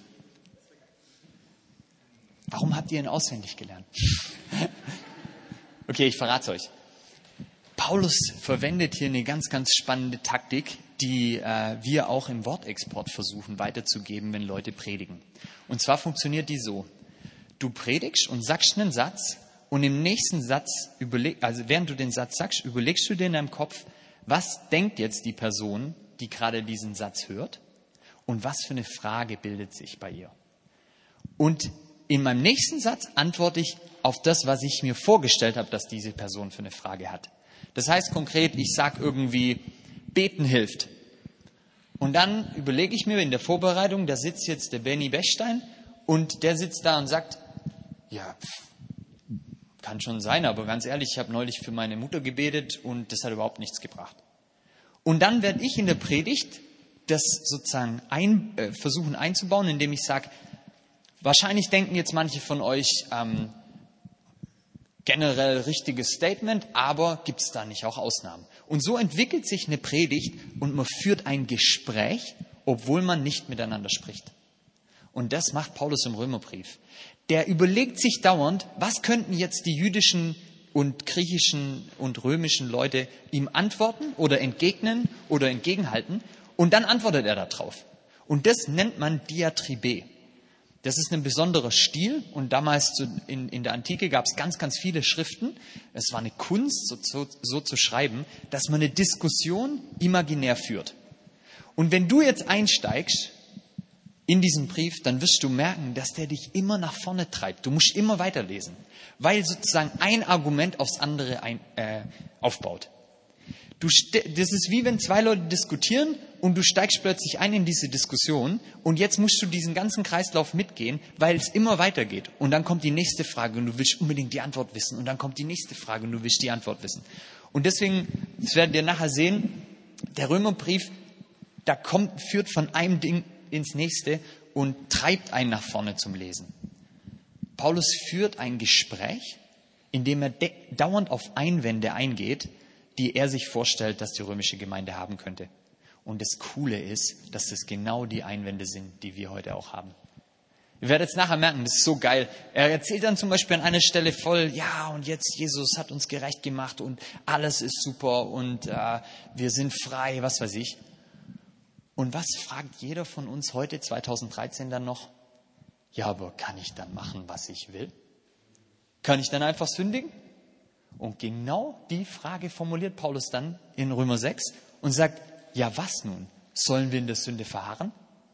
Warum habt ihr ihn auswendig gelernt? Okay, ich verrate es euch. Paulus verwendet hier eine ganz, ganz spannende Taktik, die wir auch im Wortexport versuchen weiterzugeben, wenn Leute predigen. Und zwar funktioniert die so. Du predigst und sagst einen Satz und im nächsten Satz, während du den Satz sagst, überlegst du dir in deinem Kopf, was denkt jetzt die Person, die gerade diesen Satz hört und was für eine Frage bildet sich bei ihr. Und in meinem nächsten Satz antworte ich auf das, was ich mir vorgestellt habe, dass diese Person für eine Frage hat. Das heißt konkret, ich sage irgendwie, beten hilft. Und dann überlege ich mir in der Vorbereitung, da sitzt jetzt der Benny Bechstein und der sitzt da und sagt, ja, kann schon sein, aber ganz ehrlich, ich habe neulich für meine Mutter gebetet und das hat überhaupt nichts gebracht. Und dann werde ich in der Predigt das sozusagen versuchen einzubauen, indem ich sage, wahrscheinlich denken jetzt manche von euch generell richtiges Statement, aber gibt es da nicht auch Ausnahmen? Und so entwickelt sich eine Predigt und man führt ein Gespräch, obwohl man nicht miteinander spricht. Und das macht Paulus im Römerbrief. Der überlegt sich dauernd, was könnten jetzt die jüdischen und griechischen und römischen Leute ihm antworten oder entgegnen oder entgegenhalten. Und dann antwortet er darauf. Und das nennt man Diatribe. Das ist ein besonderer Stil und damals in der Antike gab es ganz, ganz viele Schriften. Es war eine Kunst, so zu schreiben, dass man eine Diskussion imaginär führt. Und wenn du jetzt einsteigst in diesen Brief, dann wirst du merken, dass der dich immer nach vorne treibt. Du musst immer weiterlesen, weil sozusagen ein Argument aufs andere aufbaut. Das ist wie wenn zwei Leute diskutieren und du steigst plötzlich ein in diese Diskussion und jetzt musst du diesen ganzen Kreislauf mitgehen, weil es immer weitergeht. Und dann kommt die nächste Frage und du willst unbedingt die Antwort wissen und dann kommt die nächste Frage und du willst die Antwort wissen. Und deswegen, das werdet ihr nachher sehen, der Römerbrief, führt von einem Ding ins nächste und treibt einen nach vorne zum Lesen. Paulus führt ein Gespräch, in dem er dauernd auf Einwände eingeht, die er sich vorstellt, dass die römische Gemeinde haben könnte. Und das Coole ist, dass das genau die Einwände sind, die wir heute auch haben. Ihr werdet es nachher merken, das ist so geil. Er erzählt dann zum Beispiel an einer Stelle voll, ja, und jetzt Jesus hat uns gerecht gemacht und alles ist super und wir sind frei, was weiß ich. Und was fragt jeder von uns heute, 2013 dann noch? Ja, aber kann ich dann machen, was ich will? Kann ich dann einfach sündigen? Und genau die Frage formuliert Paulus dann in Römer 6 und sagt, ja was nun? Sollen wir in der Sünde verharren?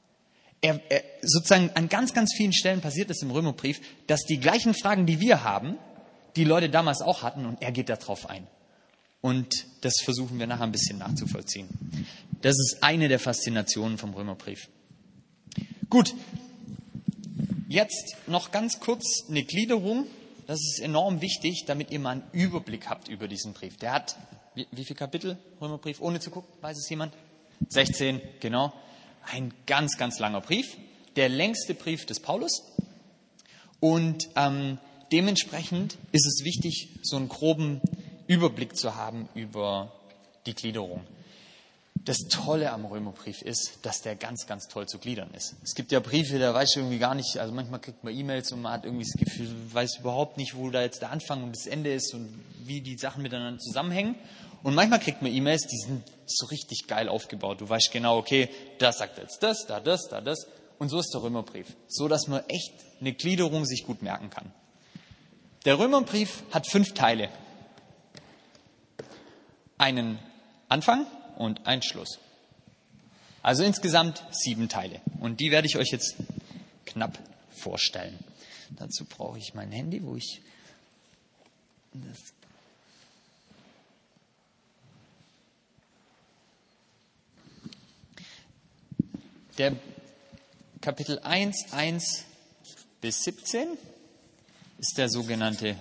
Sozusagen an ganz, ganz vielen Stellen passiert es im Römerbrief, dass die gleichen Fragen, die wir haben, die Leute damals auch hatten und er geht darauf ein. Und das versuchen wir nachher ein bisschen nachzuvollziehen. Das ist eine der Faszinationen vom Römerbrief. Gut, jetzt noch ganz kurz eine Gliederung. Das ist enorm wichtig, damit ihr mal einen Überblick habt über diesen Brief. Der hat, wie viele Kapitel, Römerbrief, ohne zu gucken, weiß es jemand? 16, genau. Ein ganz, ganz langer Brief. Der längste Brief des Paulus. Und dementsprechend ist es wichtig, so einen groben Überblick zu haben über die Gliederung. Das Tolle am Römerbrief ist, dass der ganz, ganz toll zu gliedern ist. Es gibt ja Briefe, da weiß ich irgendwie gar nicht, also manchmal kriegt man E-Mails und man hat irgendwie das Gefühl, weiß überhaupt nicht, wo da jetzt der Anfang und das Ende ist und wie die Sachen miteinander zusammenhängen. Und manchmal kriegt man E-Mails, die sind so richtig geil aufgebaut. Du weißt genau, okay, da sagt er jetzt das, da das, da das. Und so ist der Römerbrief. So, dass man echt eine Gliederung sich gut merken kann. Der Römerbrief hat 5 Teile. Einen Anfang und ein Schluss. Also insgesamt 7 Teile. Und die werde ich euch jetzt knapp vorstellen. Dazu brauche ich mein Handy, wo ich das der Kapitel 1, 1 bis 17 ist der sogenannte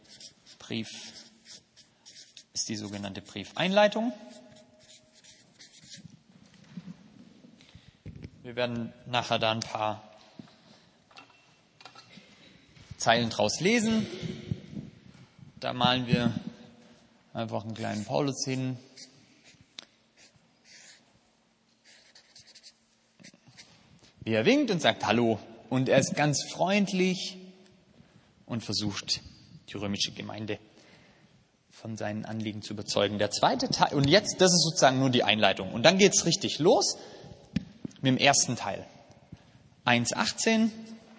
die sogenannte Briefeinleitung. Wir werden nachher da ein paar Zeilen draus lesen. Da malen wir einfach einen kleinen Paulus hin. Wie er winkt und sagt Hallo. Und er ist ganz freundlich und versucht, die römische Gemeinde von seinen Anliegen zu überzeugen. Der zweite Teil, und jetzt, das ist sozusagen nur die Einleitung. Und dann geht es richtig los mit dem ersten Teil. 1,18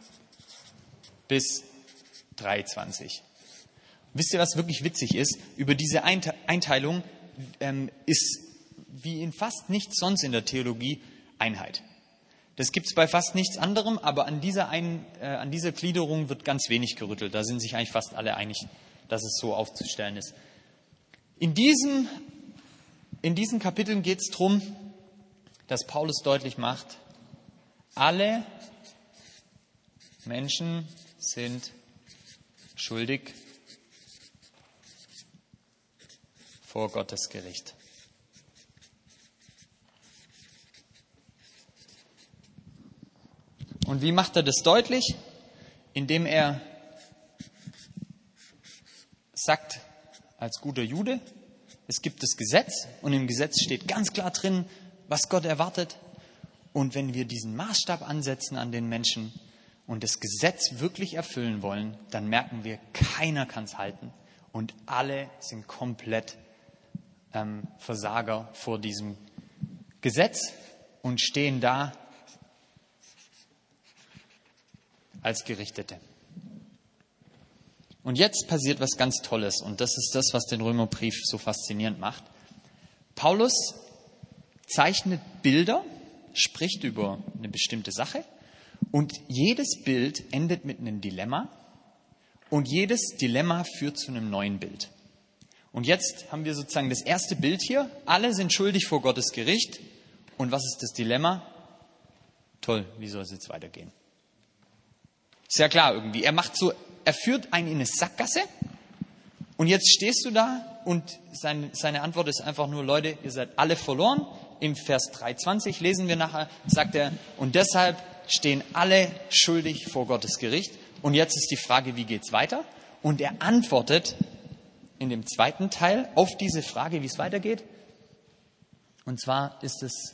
bis 3,20. Wisst ihr, was wirklich witzig ist? Über diese Einteilung ist, wie in fast nichts sonst in der Theologie, Einheit. Das gibt es bei fast nichts anderem, aber an dieser Gliederung wird ganz wenig gerüttelt. Da sind sich eigentlich fast alle einig, dass es so aufzustellen ist. In diesen Kapiteln geht es darum, dass Paulus deutlich macht, alle Menschen sind schuldig vor Gottes Gericht. Und wie macht er das deutlich? Indem er sagt, als guter Jude, es gibt das Gesetz und im Gesetz steht ganz klar drin, was Gott erwartet. Und wenn wir diesen Maßstab ansetzen an den Menschen und das Gesetz wirklich erfüllen wollen, dann merken wir, keiner kann es halten und alle sind komplett Versager vor diesem Gesetz und stehen da als Gerichtete. Und jetzt passiert was ganz Tolles und das ist das, was den Römerbrief so faszinierend macht. Paulus zeichnet Bilder, spricht über eine bestimmte Sache und jedes Bild endet mit einem Dilemma und jedes Dilemma führt zu einem neuen Bild. Und jetzt haben wir sozusagen das erste Bild hier. Alle sind schuldig vor Gottes Gericht. Und was ist das Dilemma? Toll, wie soll es jetzt weitergehen? Ist ja klar irgendwie. Er führt einen in eine Sackgasse. Und jetzt stehst du da und seine Antwort ist einfach nur, Leute, ihr seid alle verloren. Im Vers 3,20 lesen wir nachher, sagt er, und deshalb stehen alle schuldig vor Gottes Gericht. Und jetzt ist die Frage, wie geht's weiter? Und er antwortet in dem zweiten Teil auf diese Frage, wie es weitergeht. Und zwar ist es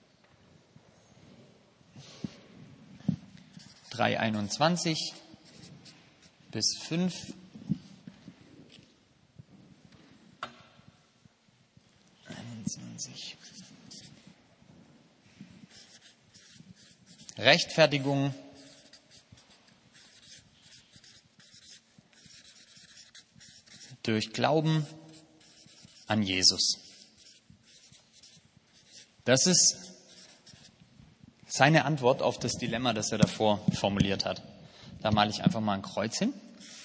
3,21 bis 5. Rechtfertigung durch Glauben an Jesus. Das ist seine Antwort auf das Dilemma, das er davor formuliert hat. Da male ich einfach mal ein Kreuz hin.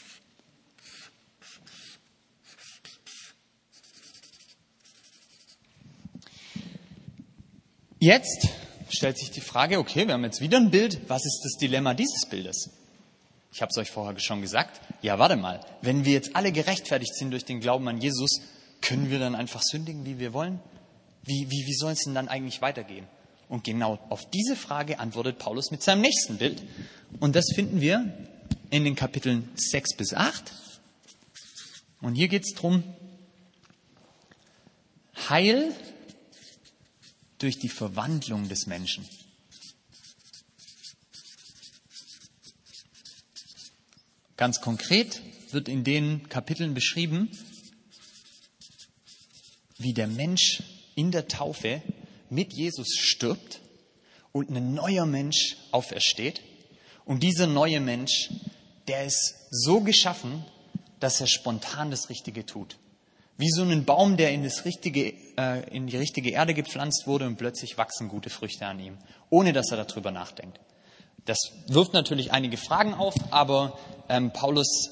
Jetzt stellt sich die Frage, okay, wir haben jetzt wieder ein Bild. Was ist das Dilemma dieses Bildes? Ich habe es euch vorher schon gesagt. Ja, warte mal. Wenn wir jetzt alle gerechtfertigt sind durch den Glauben an Jesus, können wir dann einfach sündigen, wie wir wollen? Wie soll es denn dann eigentlich weitergehen? Und genau auf diese Frage antwortet Paulus mit seinem nächsten Bild. Und das finden wir in den Kapiteln 6 bis 8. Und hier geht es darum, Heil durch die Verwandlung des Menschen. Ganz konkret wird in den Kapiteln beschrieben, wie der Mensch in der Taufe mit Jesus stirbt und ein neuer Mensch aufersteht. Und dieser neue Mensch, der ist so geschaffen, dass er spontan das Richtige tut. Wie so ein Baum, der in die richtige Erde gepflanzt wurde und plötzlich wachsen gute Früchte an ihm, ohne dass er darüber nachdenkt. Das wirft natürlich einige Fragen auf, aber Paulus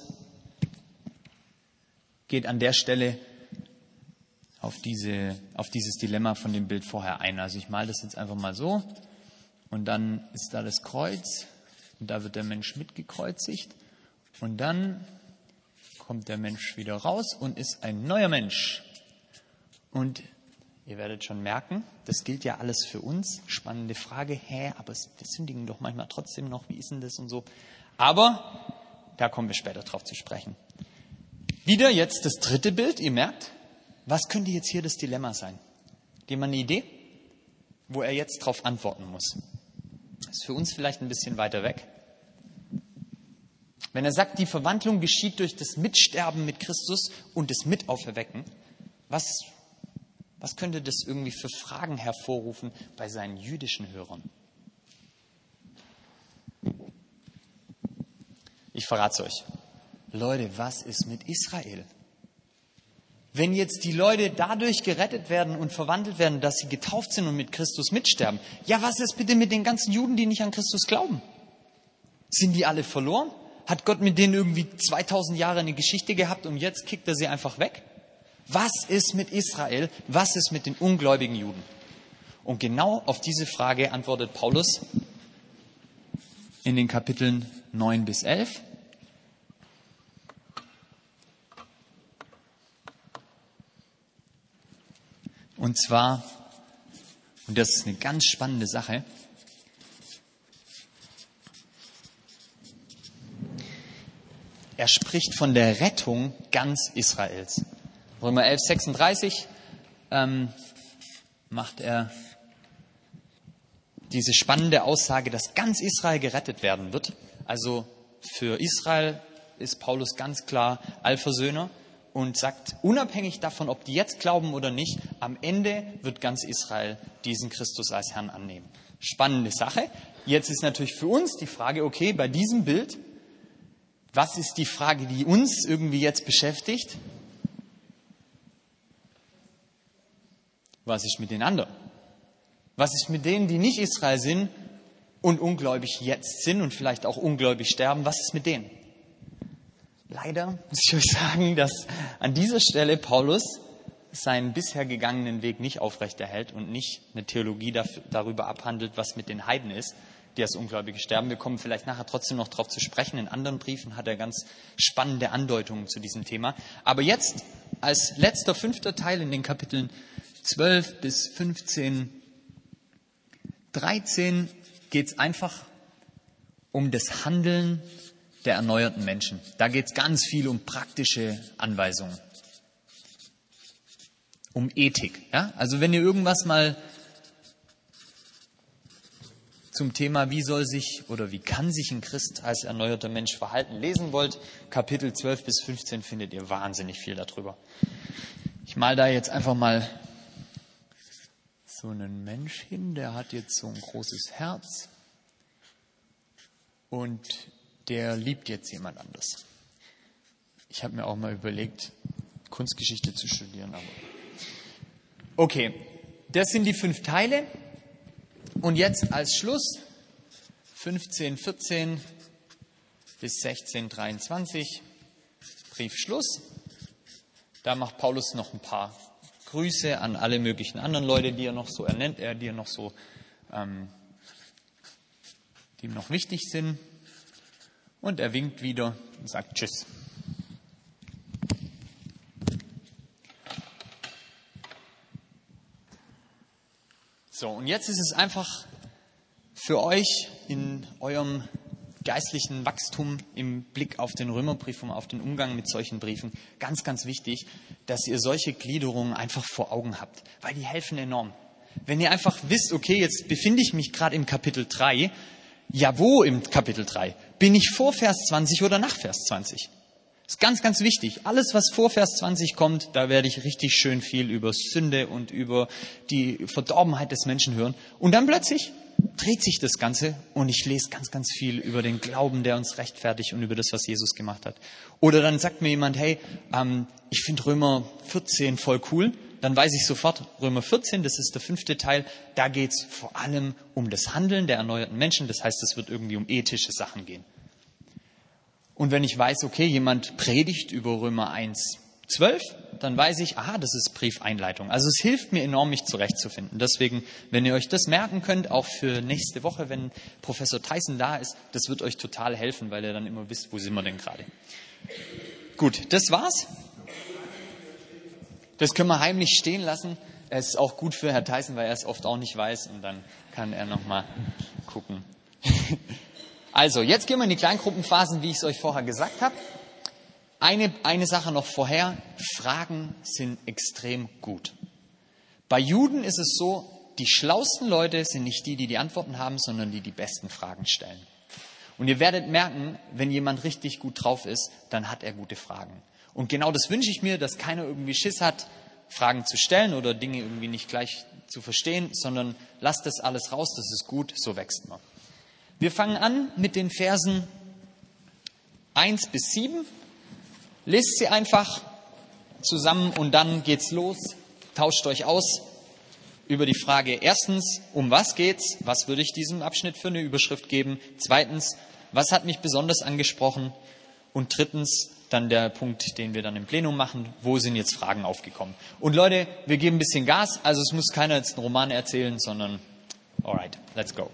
geht an der Stelle auf dieses Dilemma von dem Bild vorher ein. Also ich male das jetzt einfach mal so und dann ist da das Kreuz und da wird der Mensch mitgekreuzigt und dann kommt der Mensch wieder raus und ist ein neuer Mensch. Und ihr werdet schon merken, das gilt ja alles für uns. Spannende Frage, aber wir sündigen doch manchmal trotzdem noch, wie ist denn das und so. Aber da kommen wir später drauf zu sprechen. Wieder jetzt das dritte Bild, ihr merkt, was könnte jetzt hier das Dilemma sein? Habt ihr mal eine Idee, wo er jetzt drauf antworten muss? Das ist für uns vielleicht ein bisschen weiter weg. Wenn er sagt, die Verwandlung geschieht durch das Mitsterben mit Christus und das Mitauferwecken, was könnte das irgendwie für Fragen hervorrufen bei seinen jüdischen Hörern? Ich verrate es euch. Leute, was ist mit Israel? Wenn jetzt die Leute dadurch gerettet werden und verwandelt werden, dass sie getauft sind und mit Christus mitsterben, ja, was ist bitte mit den ganzen Juden, die nicht an Christus glauben? Sind die alle verloren? Hat Gott mit denen irgendwie 2000 Jahre eine Geschichte gehabt und jetzt kickt er sie einfach weg? Was ist mit Israel? Was ist mit den ungläubigen Juden? Und genau auf diese Frage antwortet Paulus in den Kapiteln 9 bis 11. Und zwar, und das ist eine ganz spannende Sache, er spricht von der Rettung ganz Israels. Römer 11, 36 macht er diese spannende Aussage, dass ganz Israel gerettet werden wird. Also für Israel ist Paulus ganz klar Allversöhner und sagt, unabhängig davon, ob die jetzt glauben oder nicht, am Ende wird ganz Israel diesen Christus als Herrn annehmen. Spannende Sache. Jetzt ist natürlich für uns die Frage, okay, bei diesem Bild, was ist die Frage, die uns irgendwie jetzt beschäftigt? Was ist mit den anderen? Was ist mit denen, die nicht Israel sind und ungläubig jetzt sind und vielleicht auch ungläubig sterben? Was ist mit denen? leider muss ich euch sagen, dass an dieser Stelle Paulus seinen bisher gegangenen Weg nicht aufrechterhält und nicht eine Theologie darüber abhandelt, was mit den Heiden ist, die als Ungläubige sterben. Wir kommen vielleicht nachher trotzdem noch darauf zu sprechen. In anderen Briefen hat er ganz spannende Andeutungen zu diesem Thema. Aber jetzt als letzter 5. Teil in den Kapiteln 12 bis 15, 13 geht es einfach um das Handeln der erneuerten Menschen. Da geht es ganz viel um praktische Anweisungen, um Ethik. Ja? Also wenn ihr irgendwas mal zum Thema, wie soll sich oder wie kann sich ein Christ als erneuerter Mensch verhalten, lesen wollt, Kapitel 12 bis 15 findet ihr wahnsinnig viel darüber. Ich mal da jetzt einfach mal so einen Mensch hin, der hat jetzt so ein großes Herz und der liebt jetzt jemand anders. Ich habe mir auch mal überlegt, Kunstgeschichte zu studieren, aber okay, das sind die 5 Teile. Und jetzt als Schluss 15, 14 bis 16, 23, Brief Schluss. Da macht Paulus noch ein paar Grüße an alle möglichen anderen Leute, die er noch so ernennt, die er noch so, die ihm noch wichtig sind. Und er winkt wieder und sagt Tschüss. So, und jetzt ist es einfach für euch in eurem geistlichen Wachstum im Blick auf den Römerbrief und auf den Umgang mit solchen Briefen ganz, ganz wichtig, dass ihr solche Gliederungen einfach vor Augen habt, weil die helfen enorm. Wenn ihr einfach wisst, okay, jetzt befinde ich mich gerade im Kapitel 3, ja, wo im Kapitel 3? Bin ich vor Vers 20 oder nach Vers 20? Das ist ganz, ganz wichtig. Alles, was vor Vers 20 kommt, da werde ich richtig schön viel über Sünde und über die Verdorbenheit des Menschen hören. Und dann plötzlich dreht sich das Ganze und ich lese ganz, ganz viel über den Glauben, der uns rechtfertigt und über das, was Jesus gemacht hat. Oder dann sagt mir jemand, hey, ich finde Römer 14 voll cool. Dann weiß ich sofort, Römer 14, das ist der 5. Teil, da geht es vor allem um das Handeln der erneuerten Menschen. Das heißt, es wird irgendwie um ethische Sachen gehen. Und wenn ich weiß, okay, jemand predigt über Römer 1, 12, dann weiß ich, aha, das ist Briefeinleitung. Also es hilft mir enorm, mich zurechtzufinden. Deswegen, wenn ihr euch das merken könnt, auch für nächste Woche, wenn Professor Tyson da ist, das wird euch total helfen, weil ihr dann immer wisst, wo sind wir denn gerade. Gut, das war's. Das können wir heimlich stehen lassen. Es ist auch gut für Herr Tyson, weil er es oft auch nicht weiß und dann kann er nochmal gucken. Also, jetzt gehen wir in die Kleingruppenphasen, wie ich es euch vorher gesagt habe. Eine Sache noch vorher. Fragen sind extrem gut. Bei Juden ist es so, die schlauesten Leute sind nicht die, die die Antworten haben, sondern die besten Fragen stellen. Und ihr werdet merken, wenn jemand richtig gut drauf ist, dann hat er gute Fragen. Und genau das wünsche ich mir, dass keiner irgendwie Schiss hat, Fragen zu stellen oder Dinge irgendwie nicht gleich zu verstehen, sondern lasst das alles raus, das ist gut, so wächst man. Wir fangen an mit den Versen 1 bis 7. Lest sie einfach zusammen und dann geht's los. Tauscht euch aus über die Frage, erstens, um was geht's? Was würde ich diesem Abschnitt für eine Überschrift geben? Zweitens, was hat mich besonders angesprochen? Und drittens, dann der Punkt, den wir dann im Plenum machen, wo sind jetzt Fragen aufgekommen? Und Leute, wir geben ein bisschen Gas, also es muss keiner jetzt einen Roman erzählen, sondern alright, let's go.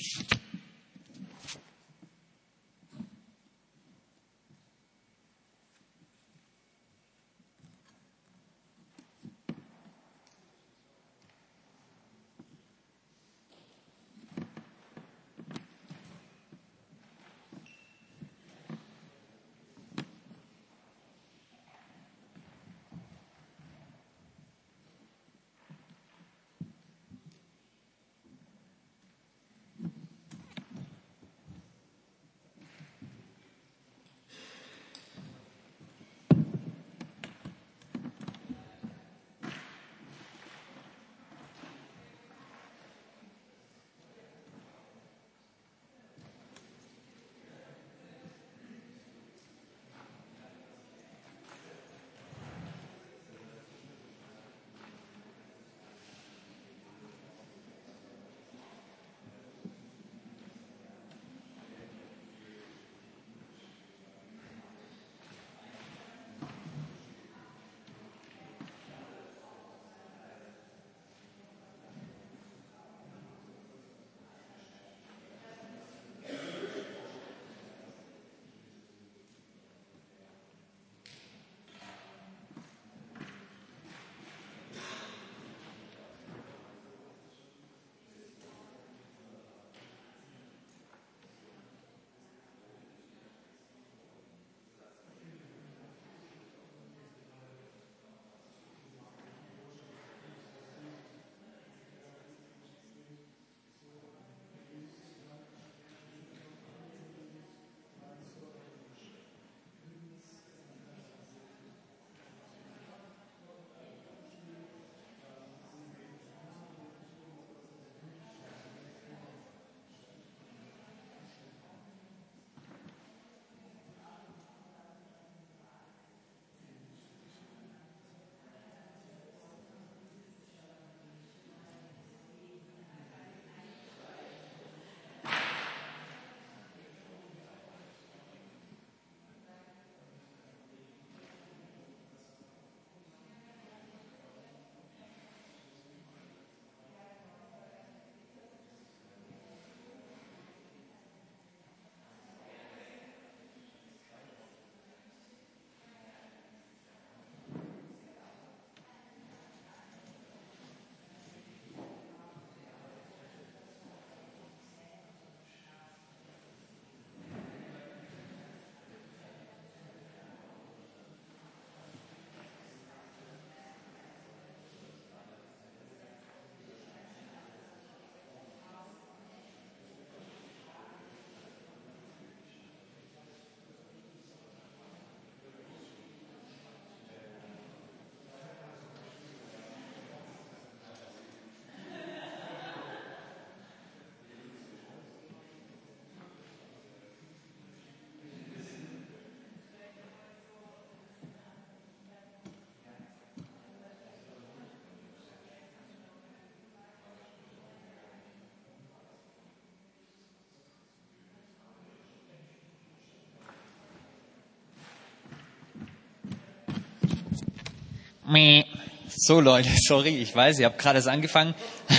So Leute, sorry, ich weiß, ihr habt gerade erst angefangen.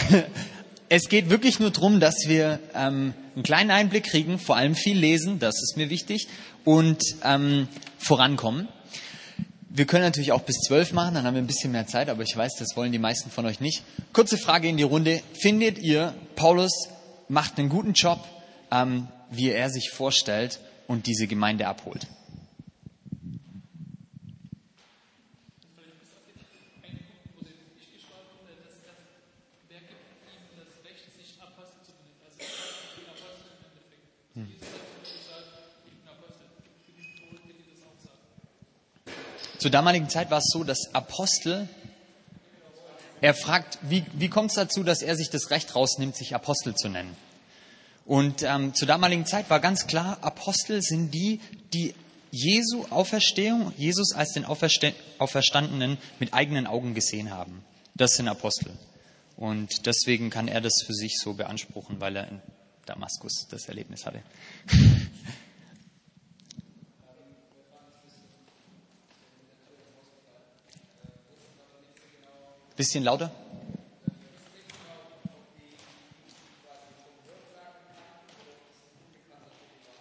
Es geht wirklich nur darum, dass wir einen kleinen Einblick kriegen, vor allem viel lesen, das ist mir wichtig, und vorankommen. Wir können natürlich auch bis 12 machen, dann haben wir ein bisschen mehr Zeit, aber ich weiß, das wollen die meisten von euch nicht. Kurze Frage in die Runde. Findet ihr, Paulus macht einen guten Job, wie er sich vorstellt und diese Gemeinde abholt? Zur damaligen Zeit war es so, dass Apostel, er fragt, wie kommt es dazu, dass er sich das Recht rausnimmt, sich Apostel zu nennen? Und zur damaligen Zeit war ganz klar, Apostel sind die, die Jesu Auferstehung, Jesus als den Auferstandenen mit eigenen Augen gesehen haben. Das sind Apostel. Und deswegen kann er das für sich so beanspruchen, weil er in Damaskus das Erlebnis hatte. Bisschen lauter.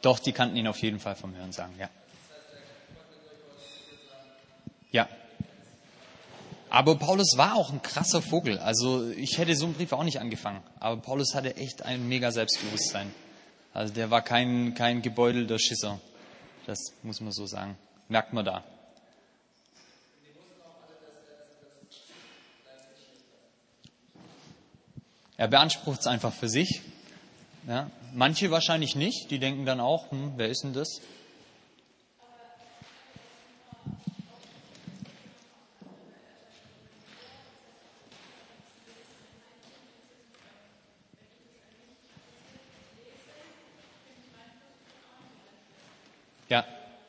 Doch, die kannten ihn auf jeden Fall vom Hörensagen, ja. Ja. Aber Paulus war auch ein krasser Vogel. Also ich hätte so einen Brief auch nicht angefangen. Aber Paulus hatte echt ein mega Selbstbewusstsein. Also der war kein gebeutelter Schisser. Das muss man so sagen. Merkt man da. Er beansprucht es einfach für sich. Ja. Manche wahrscheinlich nicht. Die denken dann auch, wer ist denn das? Ja.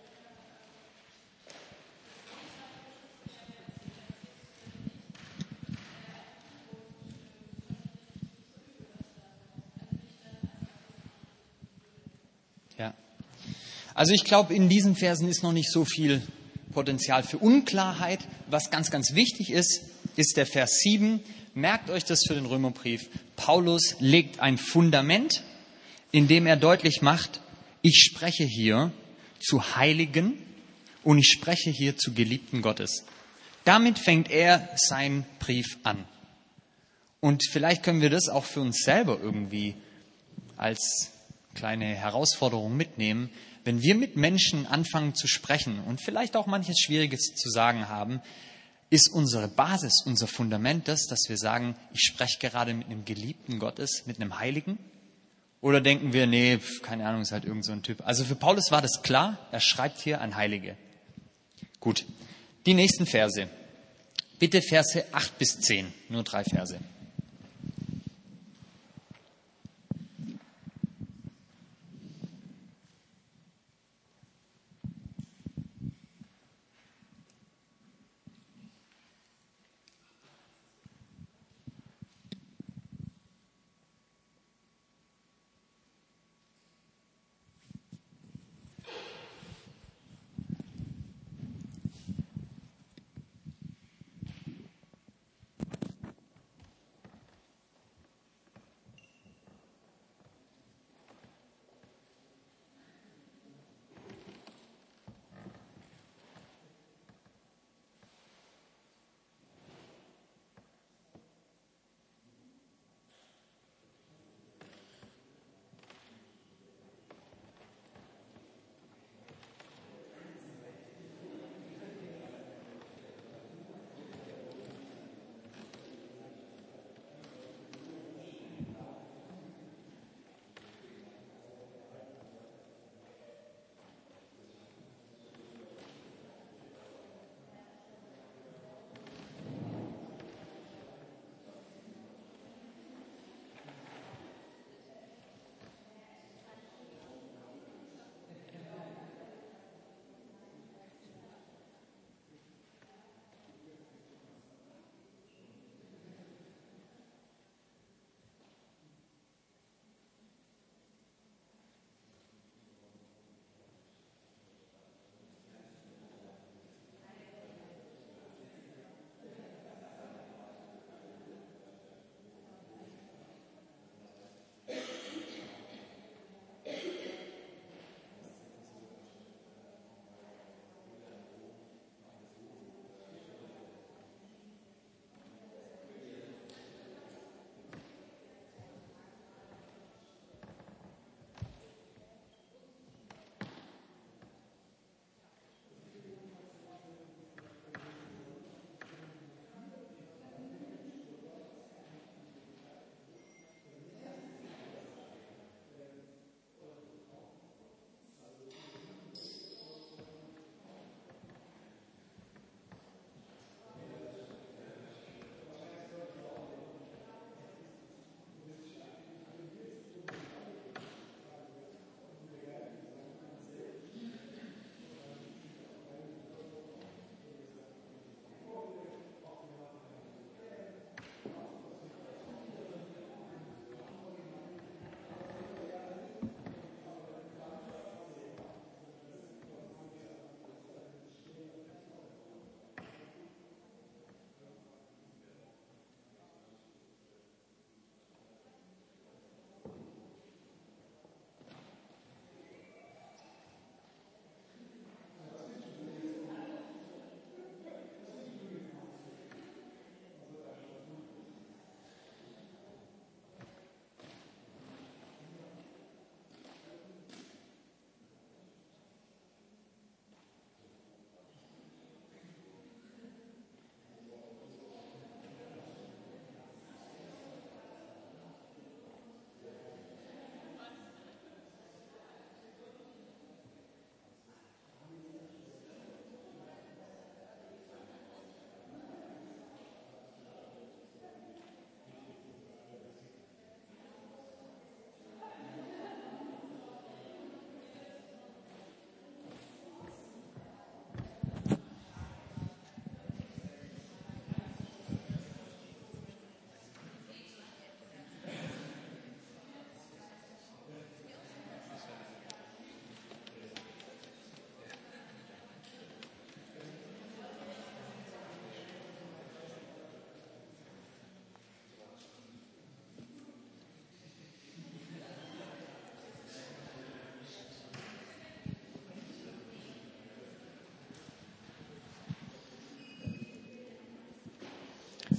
Ja. Also ich glaube, in diesen Versen ist noch nicht so viel Potenzial für Unklarheit. Was ganz, ganz wichtig ist, ist der Vers 7. Merkt euch das für den Römerbrief. Paulus legt ein Fundament, in dem er deutlich macht, ich spreche hier zu Heiligen und ich spreche hier zu Geliebten Gottes. Damit fängt er seinen Brief an. Und vielleicht können wir das auch für uns selber irgendwie als kleine Herausforderung mitnehmen. Wenn wir mit Menschen anfangen zu sprechen und vielleicht auch manches Schwieriges zu sagen haben, ist unsere Basis, unser Fundament das, dass wir sagen, ich spreche gerade mit einem Geliebten Gottes, mit einem Heiligen? Oder denken wir, nee, keine Ahnung, ist halt irgend so ein Typ. Also für Paulus war das klar, er schreibt hier an Heilige. Gut, die nächsten Verse. Bitte Verse 8 bis 10, nur 3 Verse.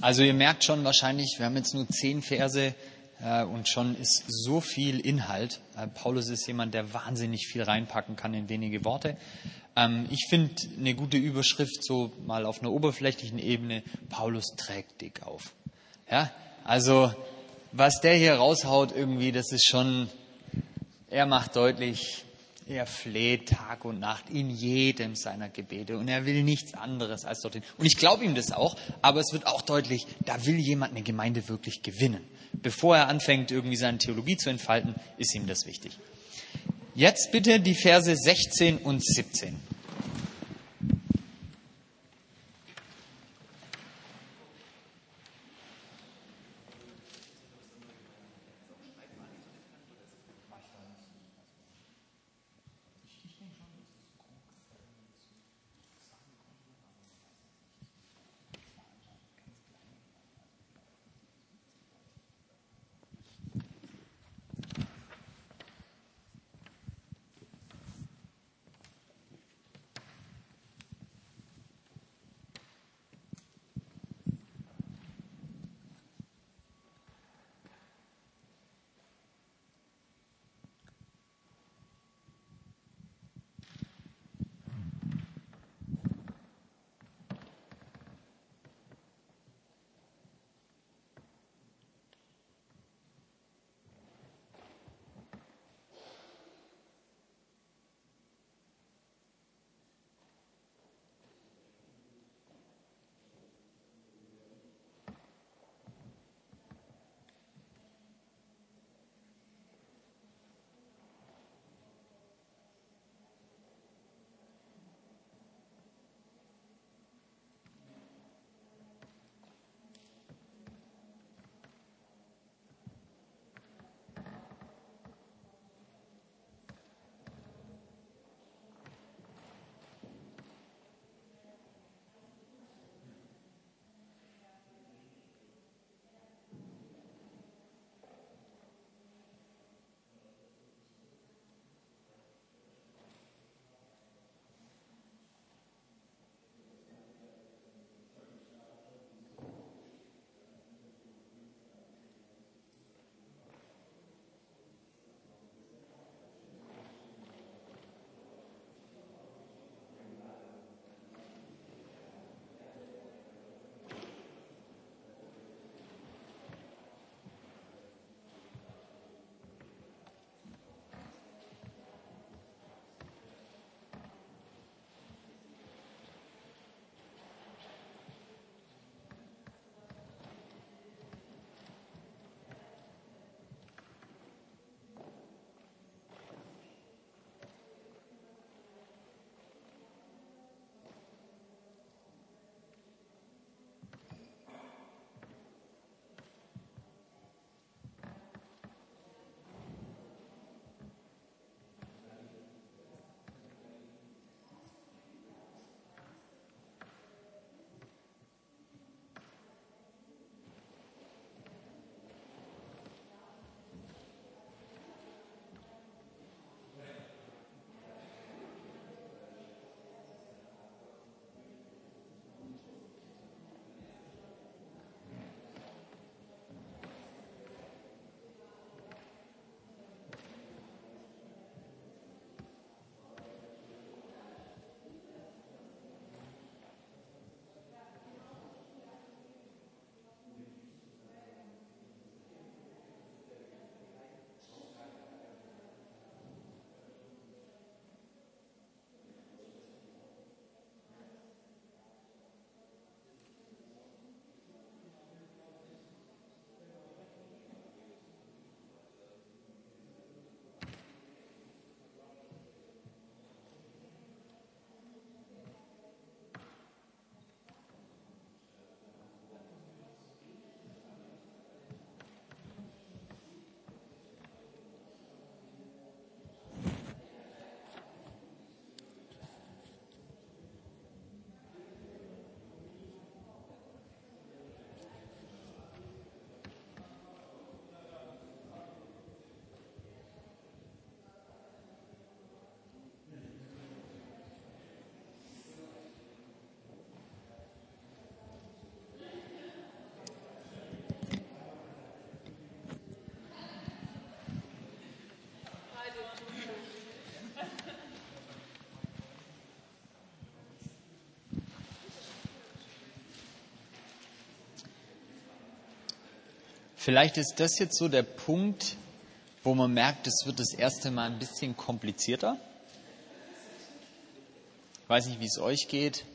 Also ihr merkt schon wahrscheinlich, wir haben jetzt nur 10 Verse und schon ist so viel Inhalt. Paulus ist jemand, der wahnsinnig viel reinpacken kann in wenige Worte. Ich finde eine gute Überschrift so mal auf einer oberflächlichen Ebene: Paulus trägt dick auf. Ja, also was der hier raushaut irgendwie, das ist schon, er macht deutlich, er fleht Tag und Nacht in jedem seiner Gebete und er will nichts anderes als dorthin. Und ich glaube ihm das auch, aber es wird auch deutlich, da will jemand eine Gemeinde wirklich gewinnen. Bevor er anfängt, irgendwie seine Theologie zu entfalten, ist ihm das wichtig. Jetzt bitte die Verse 16 und 17. Vielleicht ist das jetzt so der Punkt, wo man merkt, es wird das erste Mal ein bisschen komplizierter. Ich weiß nicht, wie es euch geht.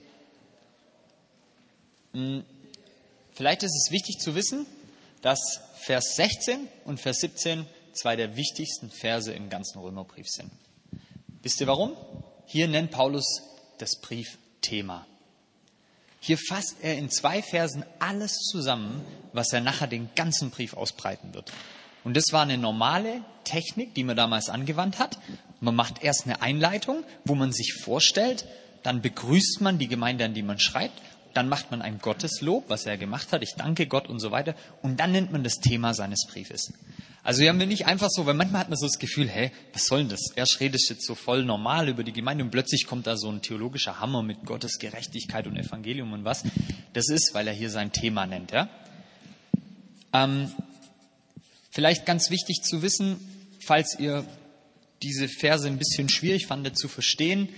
Vielleicht ist es wichtig zu wissen, dass Vers 16 und Vers 17 zwei der wichtigsten Verse im ganzen Römerbrief sind. Wisst ihr warum? Hier nennt Paulus das Briefthema. Hier fasst er in 2 Versen alles zusammen, was er nachher den ganzen Brief ausbreiten wird. Und das war eine normale Technik, die man damals angewandt hat. Man macht erst eine Einleitung, wo man sich vorstellt, dann begrüßt man die Gemeinde, an die man schreibt, dann macht man ein Gotteslob, was er gemacht hat, ich danke Gott und so weiter, und dann nennt man das Thema seines Briefes. Also hier haben wir nicht einfach so, weil manchmal hat man so das Gefühl, was soll denn das? Erst redest du jetzt so voll normal über die Gemeinde und plötzlich kommt da so ein theologischer Hammer mit Gottes Gerechtigkeit und Evangelium und was. Das ist, weil er hier sein Thema nennt. Ja? Vielleicht ganz wichtig zu wissen, falls ihr diese Verse ein bisschen schwierig fandet zu verstehen,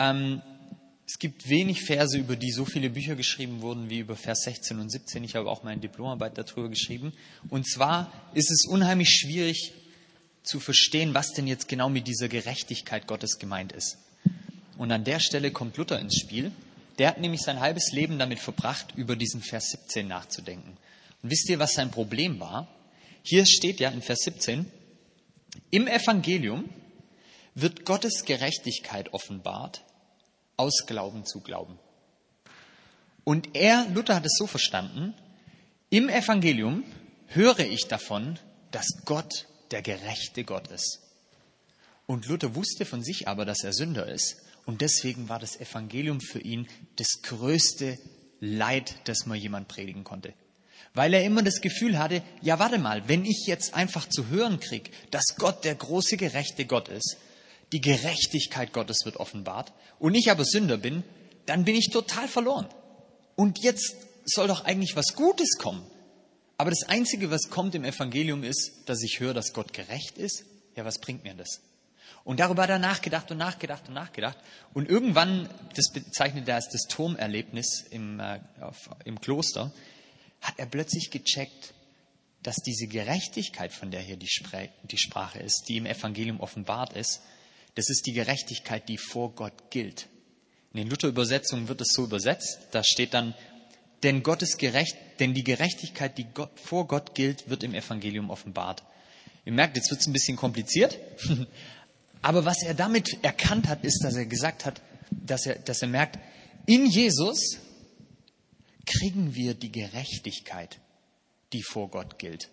es gibt wenig Verse, über die so viele Bücher geschrieben wurden wie über Vers 16 und 17. Ich habe auch meine Diplomarbeit darüber geschrieben. Und zwar ist es unheimlich schwierig zu verstehen, was denn jetzt genau mit dieser Gerechtigkeit Gottes gemeint ist. Und an der Stelle kommt Luther ins Spiel. Der hat nämlich sein halbes Leben damit verbracht, über diesen Vers 17 nachzudenken. Und wisst ihr, was sein Problem war? Hier steht ja in Vers 17, im Evangelium wird Gottes Gerechtigkeit offenbart, aus Glauben zu Glauben. Und Luther hat es so verstanden, im Evangelium höre ich davon, dass Gott der gerechte Gott ist. Und Luther wusste von sich aber, dass er Sünder ist. Und deswegen war das Evangelium für ihn das größte Leid, das man jemand predigen konnte. Weil er immer das Gefühl hatte, ja warte mal, wenn ich jetzt einfach zu hören kriege, dass Gott der große gerechte Gott ist, die Gerechtigkeit Gottes wird offenbart und ich aber Sünder bin, dann bin ich total verloren. Und jetzt soll doch eigentlich was Gutes kommen. Aber das Einzige, was kommt im Evangelium ist, dass ich höre, dass Gott gerecht ist. Ja, was bringt mir das? Und darüber hat er nachgedacht und nachgedacht und nachgedacht. Und irgendwann, das bezeichnet er als das Turmerlebnis im Kloster, hat er plötzlich gecheckt, dass diese Gerechtigkeit, von der hier die Sprache ist, die im Evangelium offenbart ist, das ist die Gerechtigkeit, die vor Gott gilt. In den Luther-Übersetzungen wird es so übersetzt, da steht dann, denn die Gerechtigkeit, die vor Gott gilt, wird im Evangelium offenbart. Ihr merkt, jetzt wird es ein bisschen kompliziert, aber was er damit erkannt hat, ist, dass er gesagt hat, dass er merkt, in Jesus kriegen wir die Gerechtigkeit, die vor Gott gilt.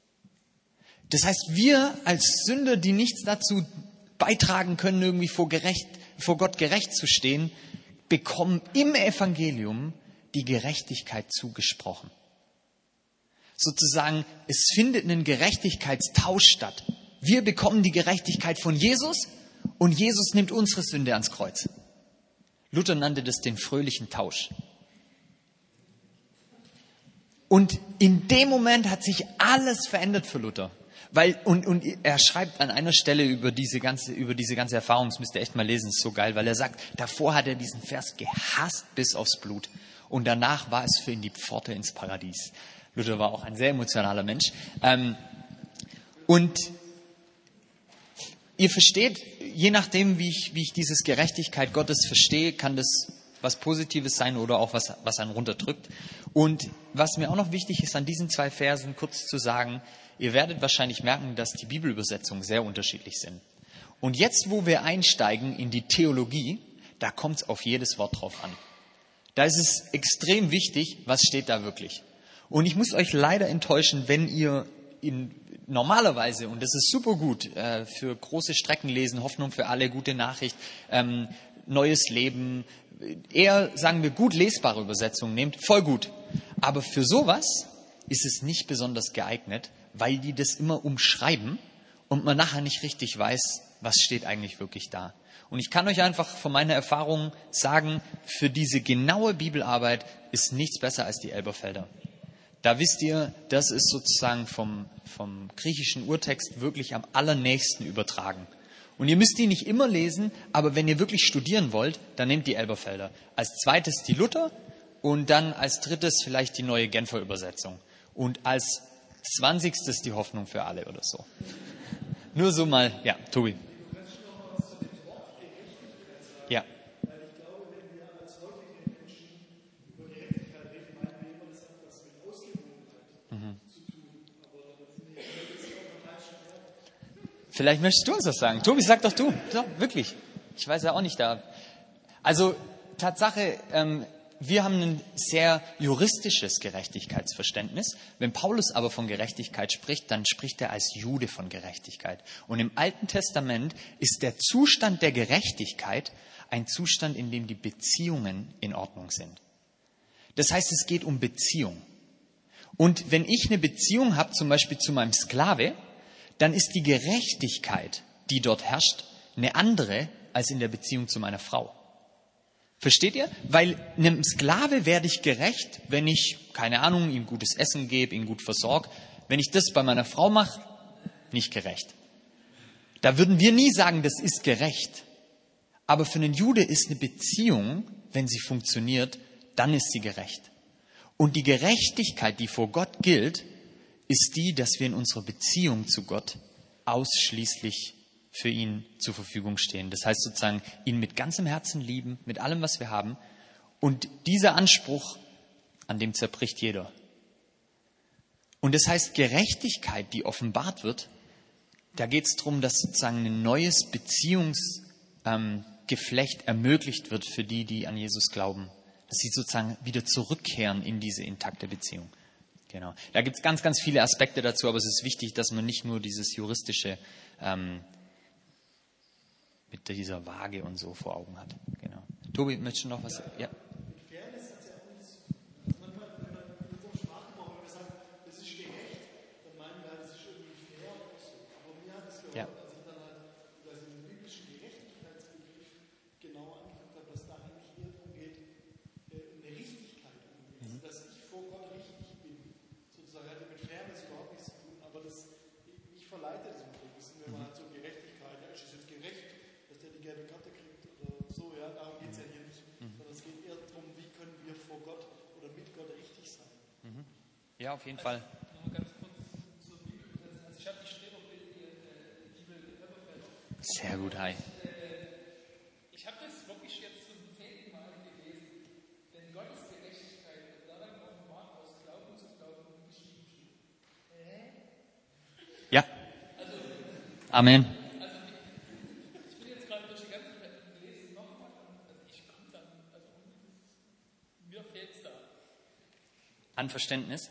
Das heißt, wir als Sünder, die nichts dazu beitragen können, irgendwie vor Gott gerecht zu stehen, bekommen im Evangelium die Gerechtigkeit zugesprochen. Sozusagen, es findet ein Gerechtigkeitstausch statt. Wir bekommen die Gerechtigkeit von Jesus und Jesus nimmt unsere Sünde ans Kreuz. Luther nannte das den fröhlichen Tausch. Und in dem Moment hat sich alles verändert für Luther. Und er schreibt an einer Stelle über diese ganze Erfahrung, das müsst ihr echt mal lesen, ist so geil, weil er sagt, davor hat er diesen Vers gehasst bis aufs Blut. Und danach war es für ihn die Pforte ins Paradies. Luther war auch ein sehr emotionaler Mensch. Und ihr versteht, je nachdem, wie ich dieses Gerechtigkeit Gottes verstehe, kann das was Positives sein oder auch was einen runterdrückt. Und was mir auch noch wichtig ist, an diesen 2 Versen kurz zu sagen, ihr werdet wahrscheinlich merken, dass die Bibelübersetzungen sehr unterschiedlich sind. Und jetzt, wo wir einsteigen in die Theologie, da kommt es auf jedes Wort drauf an. Da ist es extrem wichtig, was steht da wirklich. Und ich muss euch leider enttäuschen, wenn ihr normalerweise, und das ist super gut, für große Strecken lesen, Hoffnung für alle, gute Nachricht, neues Leben, eher, sagen wir, gut lesbare Übersetzungen nehmt, voll gut. Aber für sowas ist es nicht besonders geeignet, weil die das immer umschreiben und man nachher nicht richtig weiß, was steht eigentlich wirklich da. Und ich kann euch einfach von meiner Erfahrung sagen, für diese genaue Bibelarbeit ist nichts besser als die Elberfelder. Da wisst ihr, das ist sozusagen vom griechischen Urtext wirklich am allernächsten übertragen. Und ihr müsst die nicht immer lesen, aber wenn ihr wirklich studieren wollt, dann nehmt die Elberfelder. Als zweites die Luther und dann als drittes vielleicht die neue Genfer Übersetzung. Und als 20. ist die Hoffnung für alle oder so. Nur so mal, ja, Tobi. Ja. Vielleicht möchtest du uns was sagen. Tobi, sag doch du. So, wirklich. Ich weiß ja auch nicht da. Also, Tatsache, wir haben ein sehr juristisches Gerechtigkeitsverständnis. Wenn Paulus aber von Gerechtigkeit spricht, dann spricht er als Jude von Gerechtigkeit. Und im Alten Testament ist der Zustand der Gerechtigkeit ein Zustand, in dem die Beziehungen in Ordnung sind. Das heißt, es geht um Beziehung. Und wenn ich eine Beziehung habe, zum Beispiel zu meinem Sklave, dann ist die Gerechtigkeit, die dort herrscht, eine andere als in der Beziehung zu meiner Frau. Versteht ihr? Weil einem Sklave werde ich gerecht, wenn ich, keine Ahnung, ihm gutes Essen gebe, ihn gut versorge. Wenn ich das bei meiner Frau mache, nicht gerecht. Da würden wir nie sagen, das ist gerecht. Aber für einen Jude ist eine Beziehung, wenn sie funktioniert, dann ist sie gerecht. Und die Gerechtigkeit, die vor Gott gilt, ist die, dass wir in unserer Beziehung zu Gott ausschließlich für ihn zur Verfügung stehen. Das heißt sozusagen, ihn mit ganzem Herzen lieben, mit allem, was wir haben. Und dieser Anspruch, an dem zerbricht jeder. Und das heißt, Gerechtigkeit, die offenbart wird, da geht es darum, dass sozusagen ein neues Beziehungsgeflecht ermöglicht wird für die, die an Jesus glauben. Dass sie sozusagen wieder zurückkehren in diese intakte Beziehung. Genau. Da gibt es ganz, ganz viele Aspekte dazu, aber es ist wichtig, dass man nicht nur dieses juristische mit dieser Waage und so vor Augen hat. Genau. Tobi, möchtest du noch was? Ja. Ja. Ja, auf jeden Fall. Sehr gut, hi. Ich habe das wirklich jetzt zum 10. Mal gelesen. Denn Gottes Gerechtigkeit wird darin offenbart, aus Glauben zu Glauben geschrieben steht. Ja. Amen. Ich bin jetzt gerade durch die ganze Zeit gelesen nochmal. Also ich komme dann, mir fehlt es da. An Verständnis?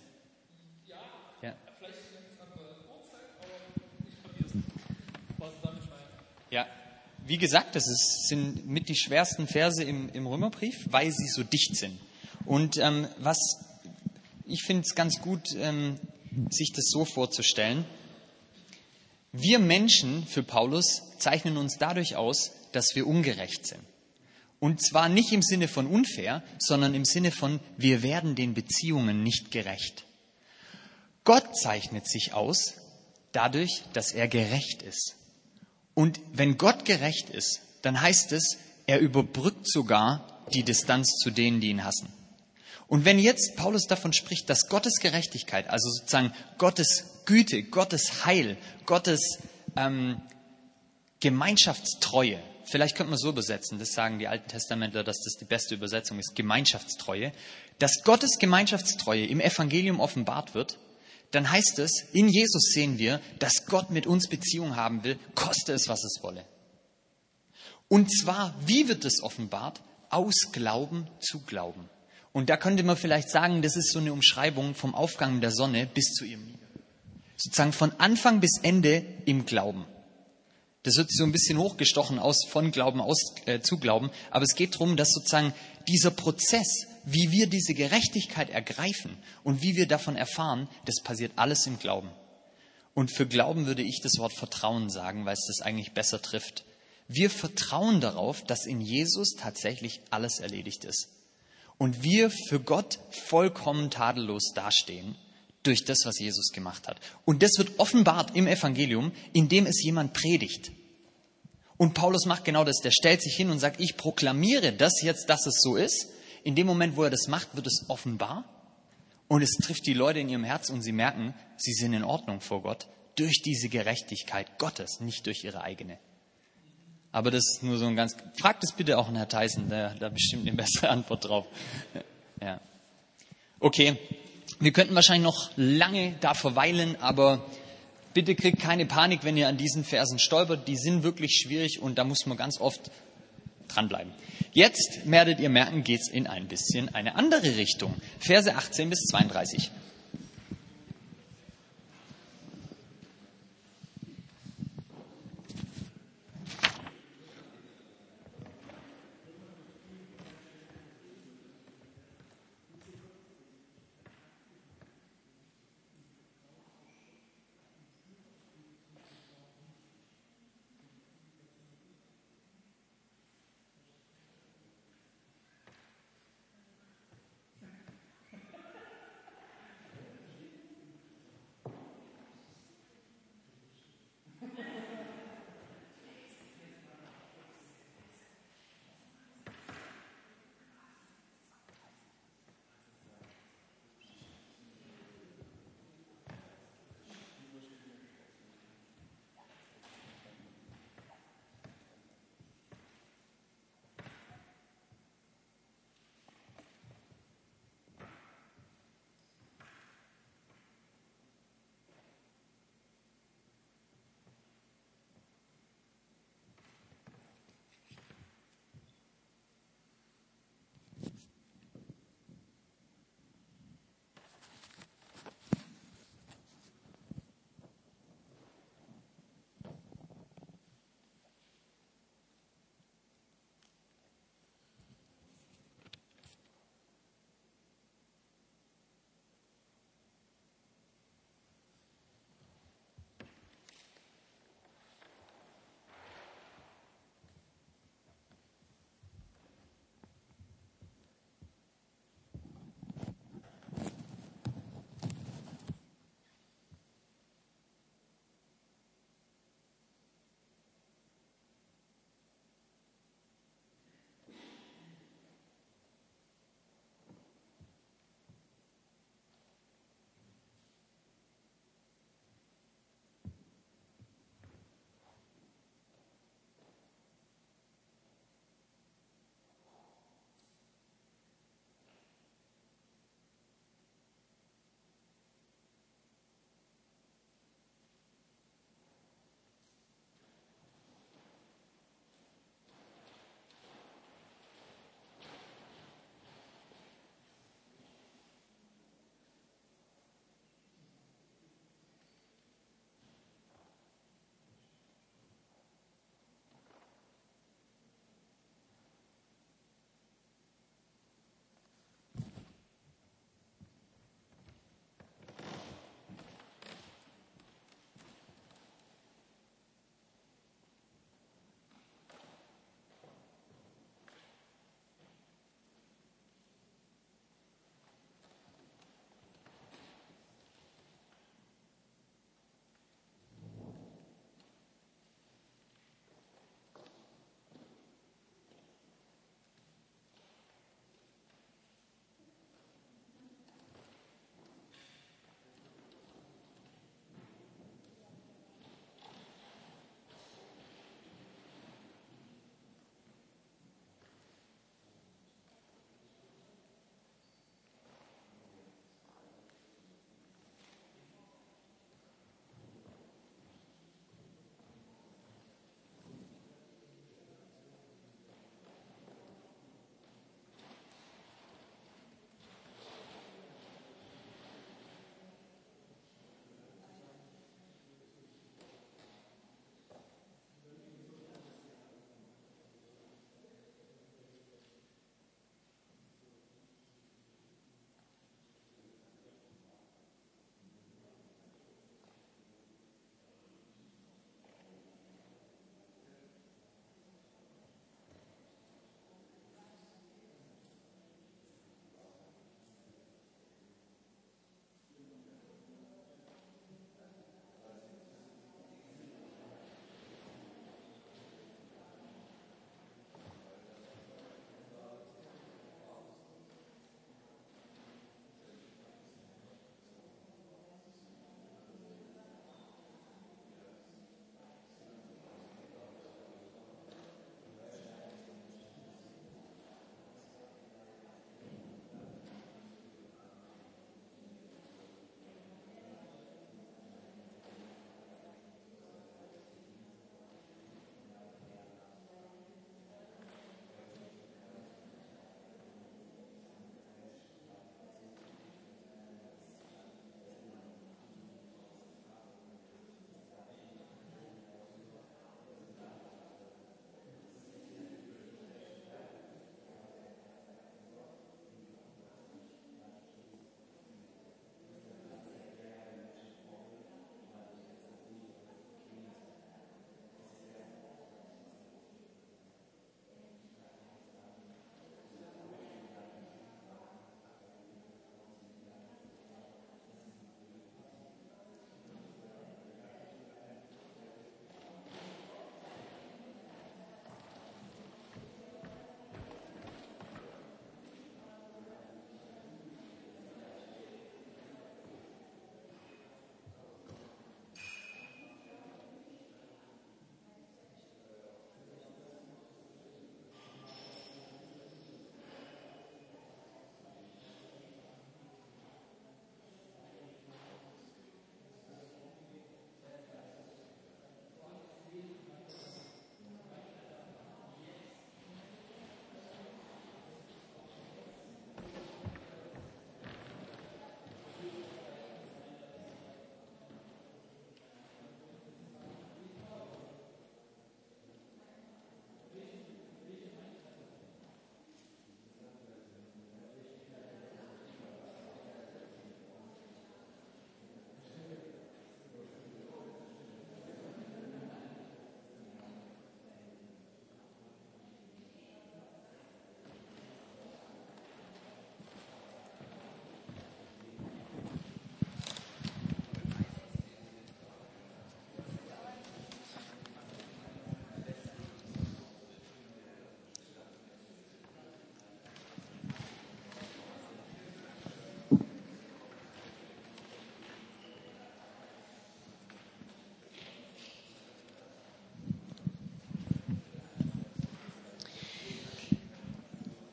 Ja, wie gesagt, sind mit die schwersten Verse im Römerbrief, weil sie so dicht sind. Und ich finde es ganz gut, sich das so vorzustellen. Wir Menschen, für Paulus, zeichnen uns dadurch aus, dass wir ungerecht sind. Und zwar nicht im Sinne von unfair, sondern im Sinne von, wir werden den Beziehungen nicht gerecht. Gott zeichnet sich aus dadurch, dass er gerecht ist. Und wenn Gott gerecht ist, dann heißt es, er überbrückt sogar die Distanz zu denen, die ihn hassen. Und wenn jetzt Paulus davon spricht, dass Gottes Gerechtigkeit, also sozusagen Gottes Güte, Gottes Heil, Gottes Gemeinschaftstreue, vielleicht könnte man so übersetzen, das sagen die Alten Testamentler, dass das die beste Übersetzung ist, Gemeinschaftstreue, dass Gottes Gemeinschaftstreue im Evangelium offenbart wird, dann heißt es, in Jesus sehen wir, dass Gott mit uns Beziehung haben will, koste es, was es wolle. Und zwar, wie wird es offenbart? Aus Glauben zu Glauben. Und da könnte man vielleicht sagen, das ist so eine Umschreibung vom Aufgang der Sonne bis zu ihrem Nieder. Sozusagen von Anfang bis Ende im Glauben. Das wird so ein bisschen hochgestochen aus von Glauben zu Glauben. Aber es geht darum, dass sozusagen dieser Prozess, wie wir diese Gerechtigkeit ergreifen und wie wir davon erfahren, das passiert alles im Glauben. Und für Glauben würde ich das Wort Vertrauen sagen, weil es das eigentlich besser trifft. Wir vertrauen darauf, dass in Jesus tatsächlich alles erledigt ist. Und wir für Gott vollkommen tadellos dastehen durch das, was Jesus gemacht hat. Und das wird offenbart im Evangelium, indem es jemand predigt. Und Paulus macht genau das. Der stellt sich hin und sagt, ich proklamiere das jetzt, dass es so ist. In dem Moment, wo er das macht, wird es offenbar. Und es trifft die Leute in ihrem Herz und sie merken, sie sind in Ordnung vor Gott durch diese Gerechtigkeit Gottes, nicht durch ihre eigene. Aber das ist nur so ein ganz... Fragt es bitte auch an Herrn Theissen, der hat da bestimmt eine bessere Antwort drauf. Ja. Okay, wir könnten wahrscheinlich noch lange da verweilen, aber bitte kriegt keine Panik, wenn ihr an diesen Versen stolpert. Die sind wirklich schwierig und da muss man ganz oft dranbleiben. Jetzt werdet ihr merken, geht es in ein bisschen eine andere Richtung. Verse 18 bis 32.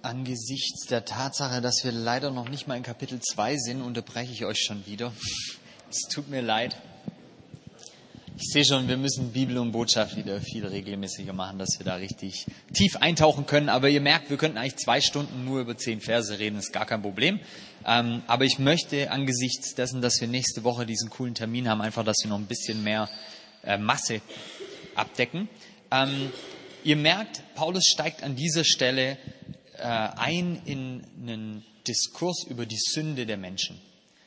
Angesichts der Tatsache, dass wir leider noch nicht mal in Kapitel 2 sind, unterbreche ich euch schon wieder. Es tut mir leid. Ich sehe schon, wir müssen Bibel und Botschaft wieder viel regelmäßiger machen, dass wir da richtig tief eintauchen können. Aber ihr merkt, wir könnten eigentlich 2 Stunden nur über 10 Verse reden, ist gar kein Problem. Aber ich möchte angesichts dessen, dass wir nächste Woche diesen coolen Termin haben, einfach, dass wir noch ein bisschen mehr Masse abdecken. Ihr merkt, Paulus steigt an dieser Stelle ein in einen Diskurs über die Sünde der Menschen.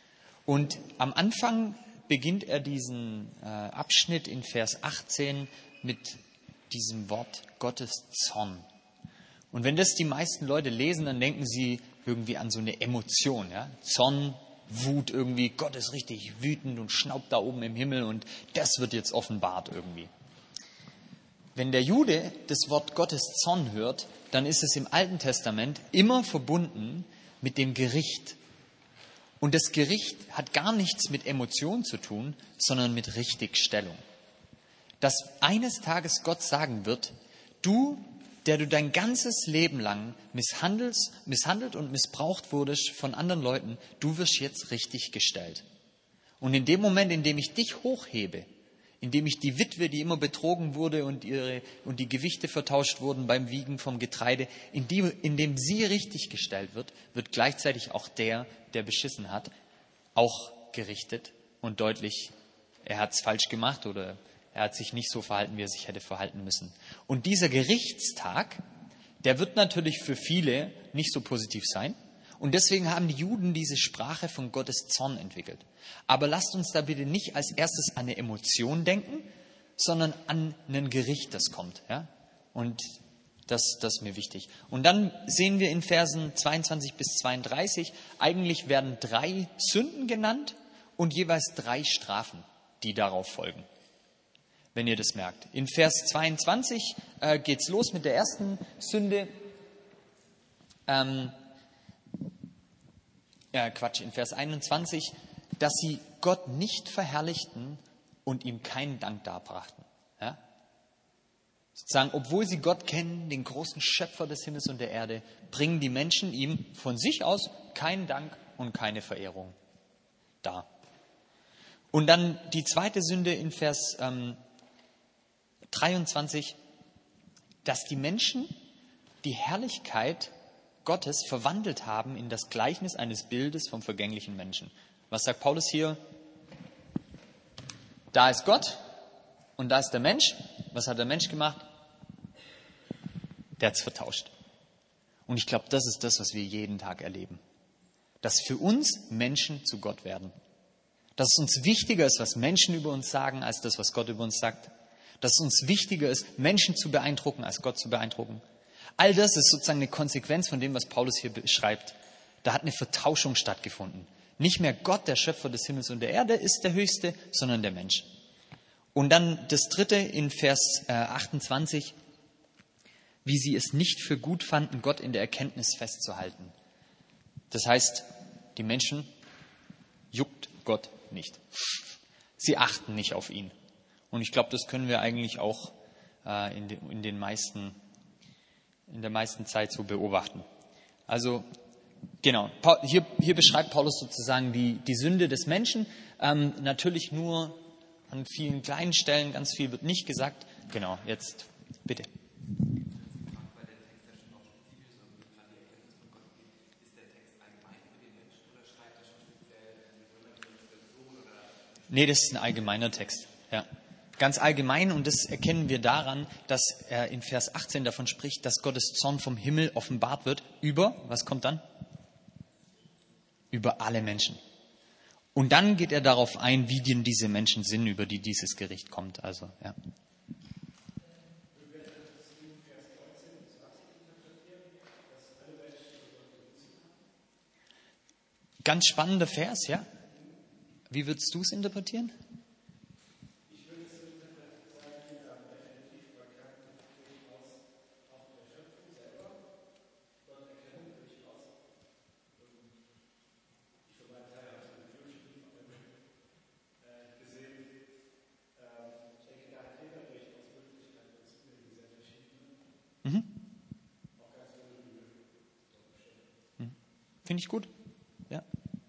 Und am Anfang beginnt er diesen Abschnitt in Vers 18 mit diesem Wort Gottes Zorn. Und wenn das die meisten Leute lesen, dann denken sie irgendwie an so eine Emotion. Ja? Zorn, Wut irgendwie, Gott ist richtig wütend und schnaubt da oben im Himmel und das wird jetzt offenbart irgendwie. Wenn der Jude das Wort Gottes Zorn hört, dann ist es im Alten Testament immer verbunden mit dem Gericht. Und das Gericht hat gar nichts mit Emotionen zu tun, sondern mit Richtigstellung. Dass eines Tages Gott sagen wird, du, der du dein ganzes Leben lang misshandelt und missbraucht wurdest von anderen Leuten, du wirst jetzt richtig gestellt. Und in dem Moment, in dem ich dich hochhebe, indem ich die Witwe, die immer betrogen wurde und die Gewichte vertauscht wurden beim Wiegen vom Getreide, indem sie richtig gestellt wird, wird gleichzeitig auch der beschissen hat, auch gerichtet und deutlich, er hat es falsch gemacht oder er hat sich nicht so verhalten, wie er sich hätte verhalten müssen. Und dieser Gerichtstag, der wird natürlich für viele nicht so positiv sein. Und deswegen haben die Juden diese Sprache von Gottes Zorn entwickelt. Aber lasst uns da bitte nicht als erstes an eine Emotion denken, sondern an ein Gericht, das kommt. Ja? Und das ist mir wichtig. Und dann sehen wir in Versen 22 bis 32, eigentlich werden 3 Sünden genannt und jeweils 3 Strafen, die darauf folgen. Wenn ihr das merkt. In Vers 22 geht's los mit der ersten Sünde. In Vers 21, dass sie Gott nicht verherrlichten und ihm keinen Dank darbrachten. Ja? Sozusagen, obwohl sie Gott kennen, den großen Schöpfer des Himmels und der Erde, bringen die Menschen ihm von sich aus keinen Dank und keine Verehrung dar. Und dann die zweite Sünde in Vers 23, dass die Menschen die Herrlichkeit Gottes verwandelt haben in das Gleichnis eines Bildes vom vergänglichen Menschen. Was sagt Paulus hier? Da ist Gott und da ist der Mensch. Was hat der Mensch gemacht? Der hat es vertauscht. Und ich glaube, das ist das, was wir jeden Tag erleben. Dass für uns Menschen zu Gott werden. Dass es uns wichtiger ist, was Menschen über uns sagen, als das, was Gott über uns sagt. Dass es uns wichtiger ist, Menschen zu beeindrucken, als Gott zu beeindrucken. All das ist sozusagen eine Konsequenz von dem, was Paulus hier beschreibt. Da hat eine Vertauschung stattgefunden. Nicht mehr Gott, der Schöpfer des Himmels und der Erde, ist der Höchste, sondern der Mensch. Und dann das dritte in Vers 28, wie sie es nicht für gut fanden, Gott in der Erkenntnis festzuhalten. Das heißt, die Menschen juckt Gott nicht. Sie achten nicht auf ihn. Und ich glaube, das können wir eigentlich auch in der meisten Zeit so beobachten. Also, genau, hier beschreibt Paulus sozusagen die Sünde des Menschen. Natürlich nur an vielen kleinen Stellen, ganz viel wird nicht gesagt. Genau, jetzt bitte. Nee, das ist ein allgemeiner Text. Ja. Ganz allgemein, und das erkennen wir daran, dass er in Vers 18 davon spricht, dass Gottes Zorn vom Himmel offenbart wird was kommt dann? Über alle Menschen. Und dann geht er darauf ein, wie denn diese Menschen sind, über die dieses Gericht kommt. Also, ja. Ganz spannender Vers, ja? Wie würdest du es interpretieren? Finde ich gut. Ja.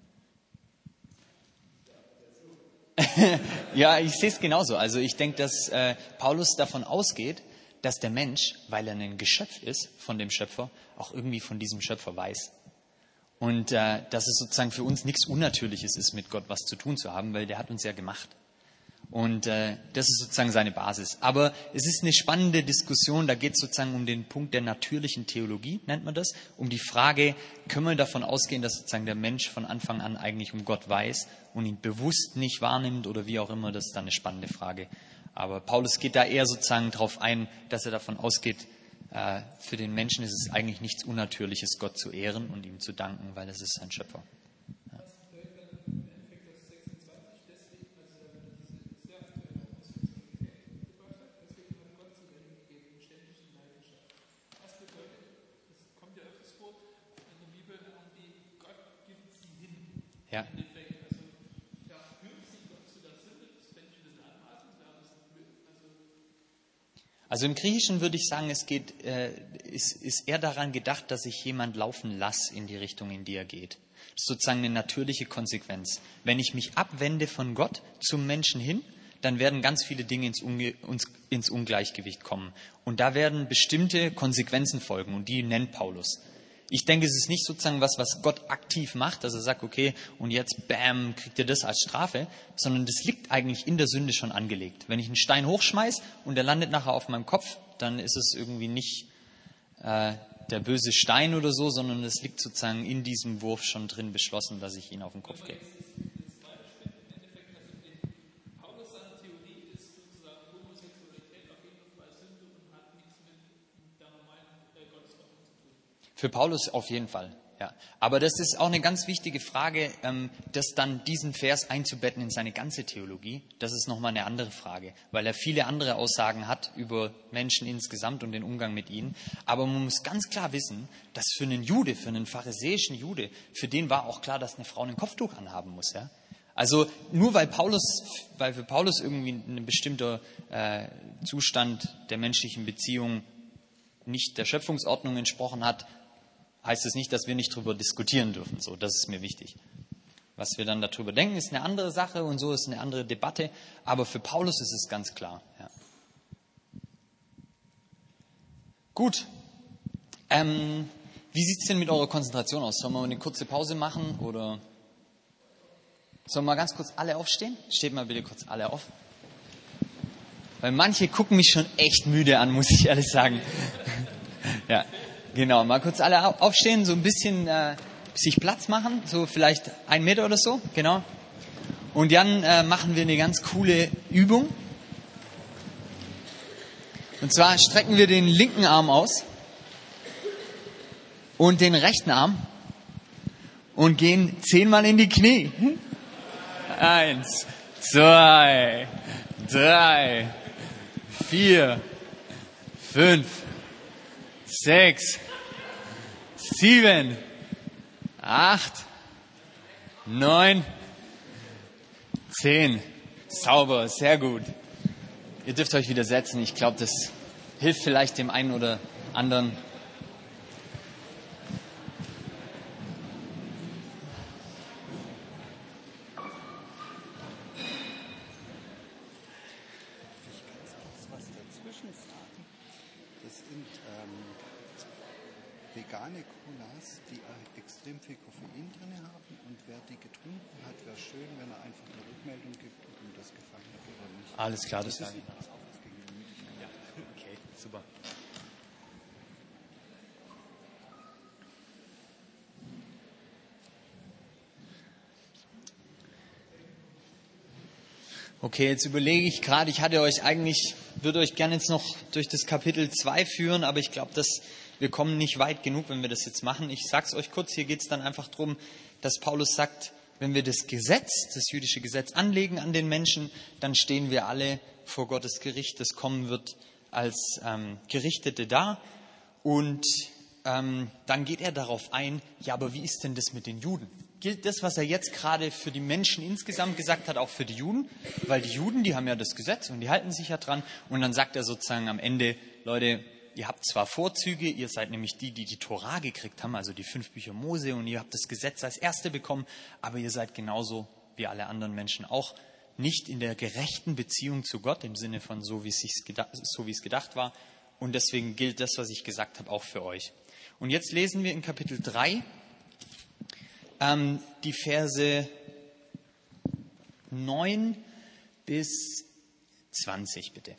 Ja, ich sehe es genauso. Also ich denke, dass Paulus davon ausgeht, dass der Mensch, weil er ein Geschöpf ist von dem Schöpfer, auch irgendwie von diesem Schöpfer weiß. Und dass es sozusagen für uns nichts Unnatürliches ist, mit Gott was zu tun zu haben, weil der hat uns ja gemacht. Und das ist sozusagen seine Basis. Aber es ist eine spannende Diskussion, da geht es sozusagen um den Punkt der natürlichen Theologie, nennt man das, um die Frage, können wir davon ausgehen, dass sozusagen der Mensch von Anfang an eigentlich um Gott weiß und ihn bewusst nicht wahrnimmt oder wie auch immer, das ist dann eine spannende Frage. Aber Paulus geht da eher sozusagen darauf ein, dass er davon ausgeht, für den Menschen ist es eigentlich nichts Unnatürliches, Gott zu ehren und ihm zu danken, weil es ist sein Schöpfer. Ja. Also im Griechischen würde ich sagen, ist eher daran gedacht, dass ich jemand laufen lasse in die Richtung, in die er geht. Das ist sozusagen eine natürliche Konsequenz. Wenn ich mich abwende von Gott zum Menschen hin, dann werden ganz viele Dinge ins Ungleichgewicht kommen. Und da werden bestimmte Konsequenzen folgen und die nennt Paulus. Ich denke, es ist nicht sozusagen was Gott aktiv macht, dass er sagt, okay, und jetzt, bam, kriegt ihr das als Strafe, sondern das liegt eigentlich in der Sünde schon angelegt. Wenn ich einen Stein hochschmeiß und der landet nachher auf meinem Kopf, dann ist es irgendwie nicht der böse Stein oder so, sondern es liegt sozusagen in diesem Wurf schon drin beschlossen, dass ich ihn auf den Kopf kriege. Für Paulus auf jeden Fall, ja. Aber das ist auch eine ganz wichtige Frage, das dann diesen Vers einzubetten in seine ganze Theologie. Das ist nochmal eine andere Frage, weil er viele andere Aussagen hat über Menschen insgesamt und den Umgang mit ihnen. Aber man muss ganz klar wissen, dass für einen Jude, für einen pharisäischen Jude, für den war auch klar, dass eine Frau ein Kopftuch anhaben muss, ja. Also nur weil für Paulus irgendwie ein bestimmter Zustand der menschlichen Beziehung nicht der Schöpfungsordnung entsprochen hat, heißt es nicht, dass wir nicht darüber diskutieren dürfen. So, das ist mir wichtig. Was wir dann darüber denken, ist eine andere Sache und so ist eine andere Debatte. Aber für Paulus ist es ganz klar. Ja. Gut. Wie sieht es denn mit eurer Konzentration aus? Sollen wir mal eine kurze Pause machen oder sollen wir mal ganz kurz alle aufstehen? Steht mal bitte kurz alle auf. Weil manche gucken mich schon echt müde an, muss ich ehrlich sagen. Ja. Genau, mal kurz alle aufstehen, so ein bisschen sich Platz machen, so vielleicht 1 Meter oder so, genau. Und dann machen wir eine ganz coole Übung. Und zwar strecken wir den linken Arm aus und den rechten Arm und gehen 10-mal in die Knie. 1, 2, 3, 4, 5, 6, 7, 8, 9, 10. Sauber, sehr gut. Ihr dürft euch wieder setzen. Ich glaube, das hilft vielleicht dem einen oder anderen. Vegane Colas, die extrem viel Koffein drin haben, und wer die getrunken hat, wäre schön, wenn er einfach eine Rückmeldung gibt, ob ihm das gefallen hat oder nicht. Alles klar, das sage ich. Ja, Okay, super. Okay, jetzt überlege ich gerade, würde euch gerne jetzt noch durch das Kapitel 2 führen, aber ich glaube, wir kommen nicht weit genug, wenn wir das jetzt machen. Ich sage es euch kurz, hier geht es dann einfach darum, dass Paulus sagt, wenn wir das jüdische Gesetz anlegen an den Menschen, dann stehen wir alle vor Gottes Gericht, das kommen wird als Gerichtete da. Und dann geht er darauf ein, ja, aber wie ist denn das mit den Juden? Gilt das, was er jetzt gerade für die Menschen insgesamt gesagt hat, auch für die Juden? Weil die Juden, die haben ja das Gesetz und die halten sich ja dran. Und dann sagt er sozusagen am Ende, Leute, ihr habt zwar Vorzüge, ihr seid nämlich die Tora gekriegt haben, also die 5 Bücher Mose, und ihr habt das Gesetz als Erste bekommen, aber ihr seid genauso wie alle anderen Menschen auch nicht in der gerechten Beziehung zu Gott, im Sinne von so wie es gedacht war. Und deswegen gilt das, was ich gesagt habe, auch für euch. Und jetzt lesen wir in Kapitel 3 die Verse 9 bis 20, bitte.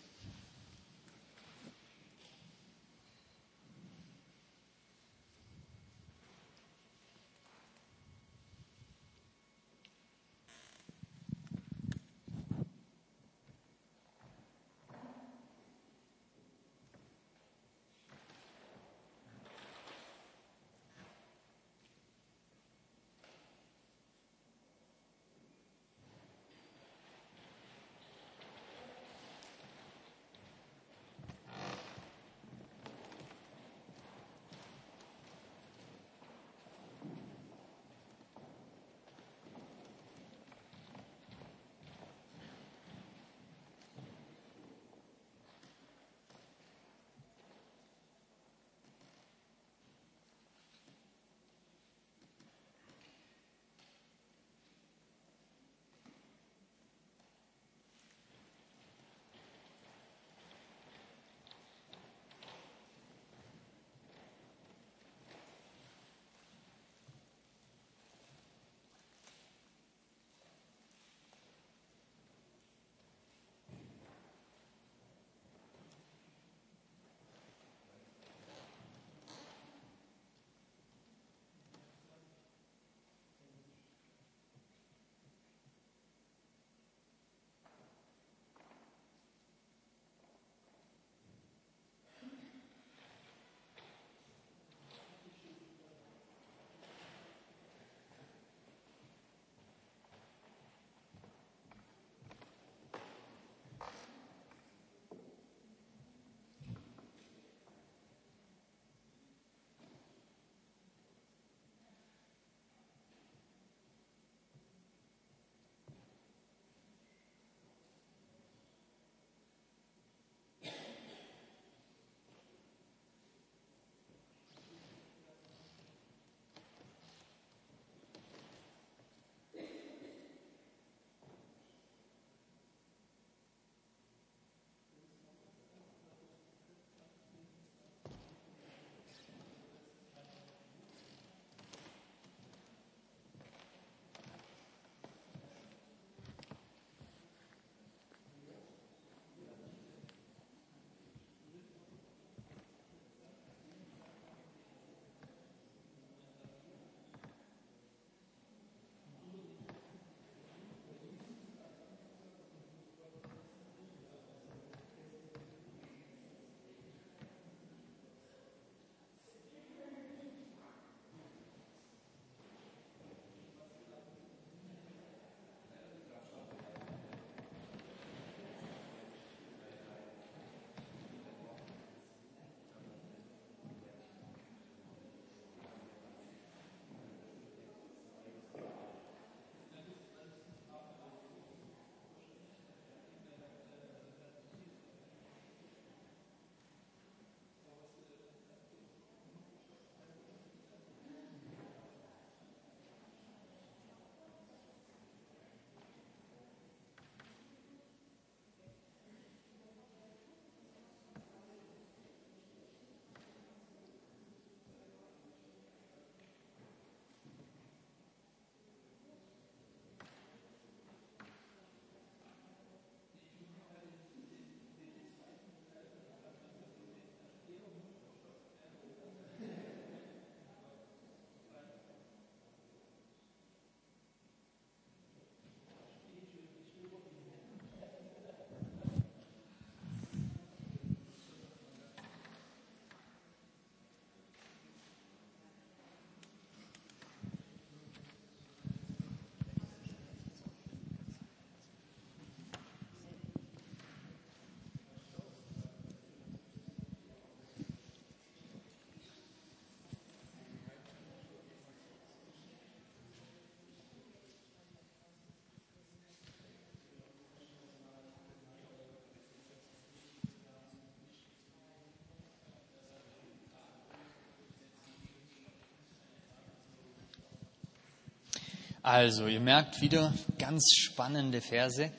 Also, ihr merkt wieder ganz spannende Verse.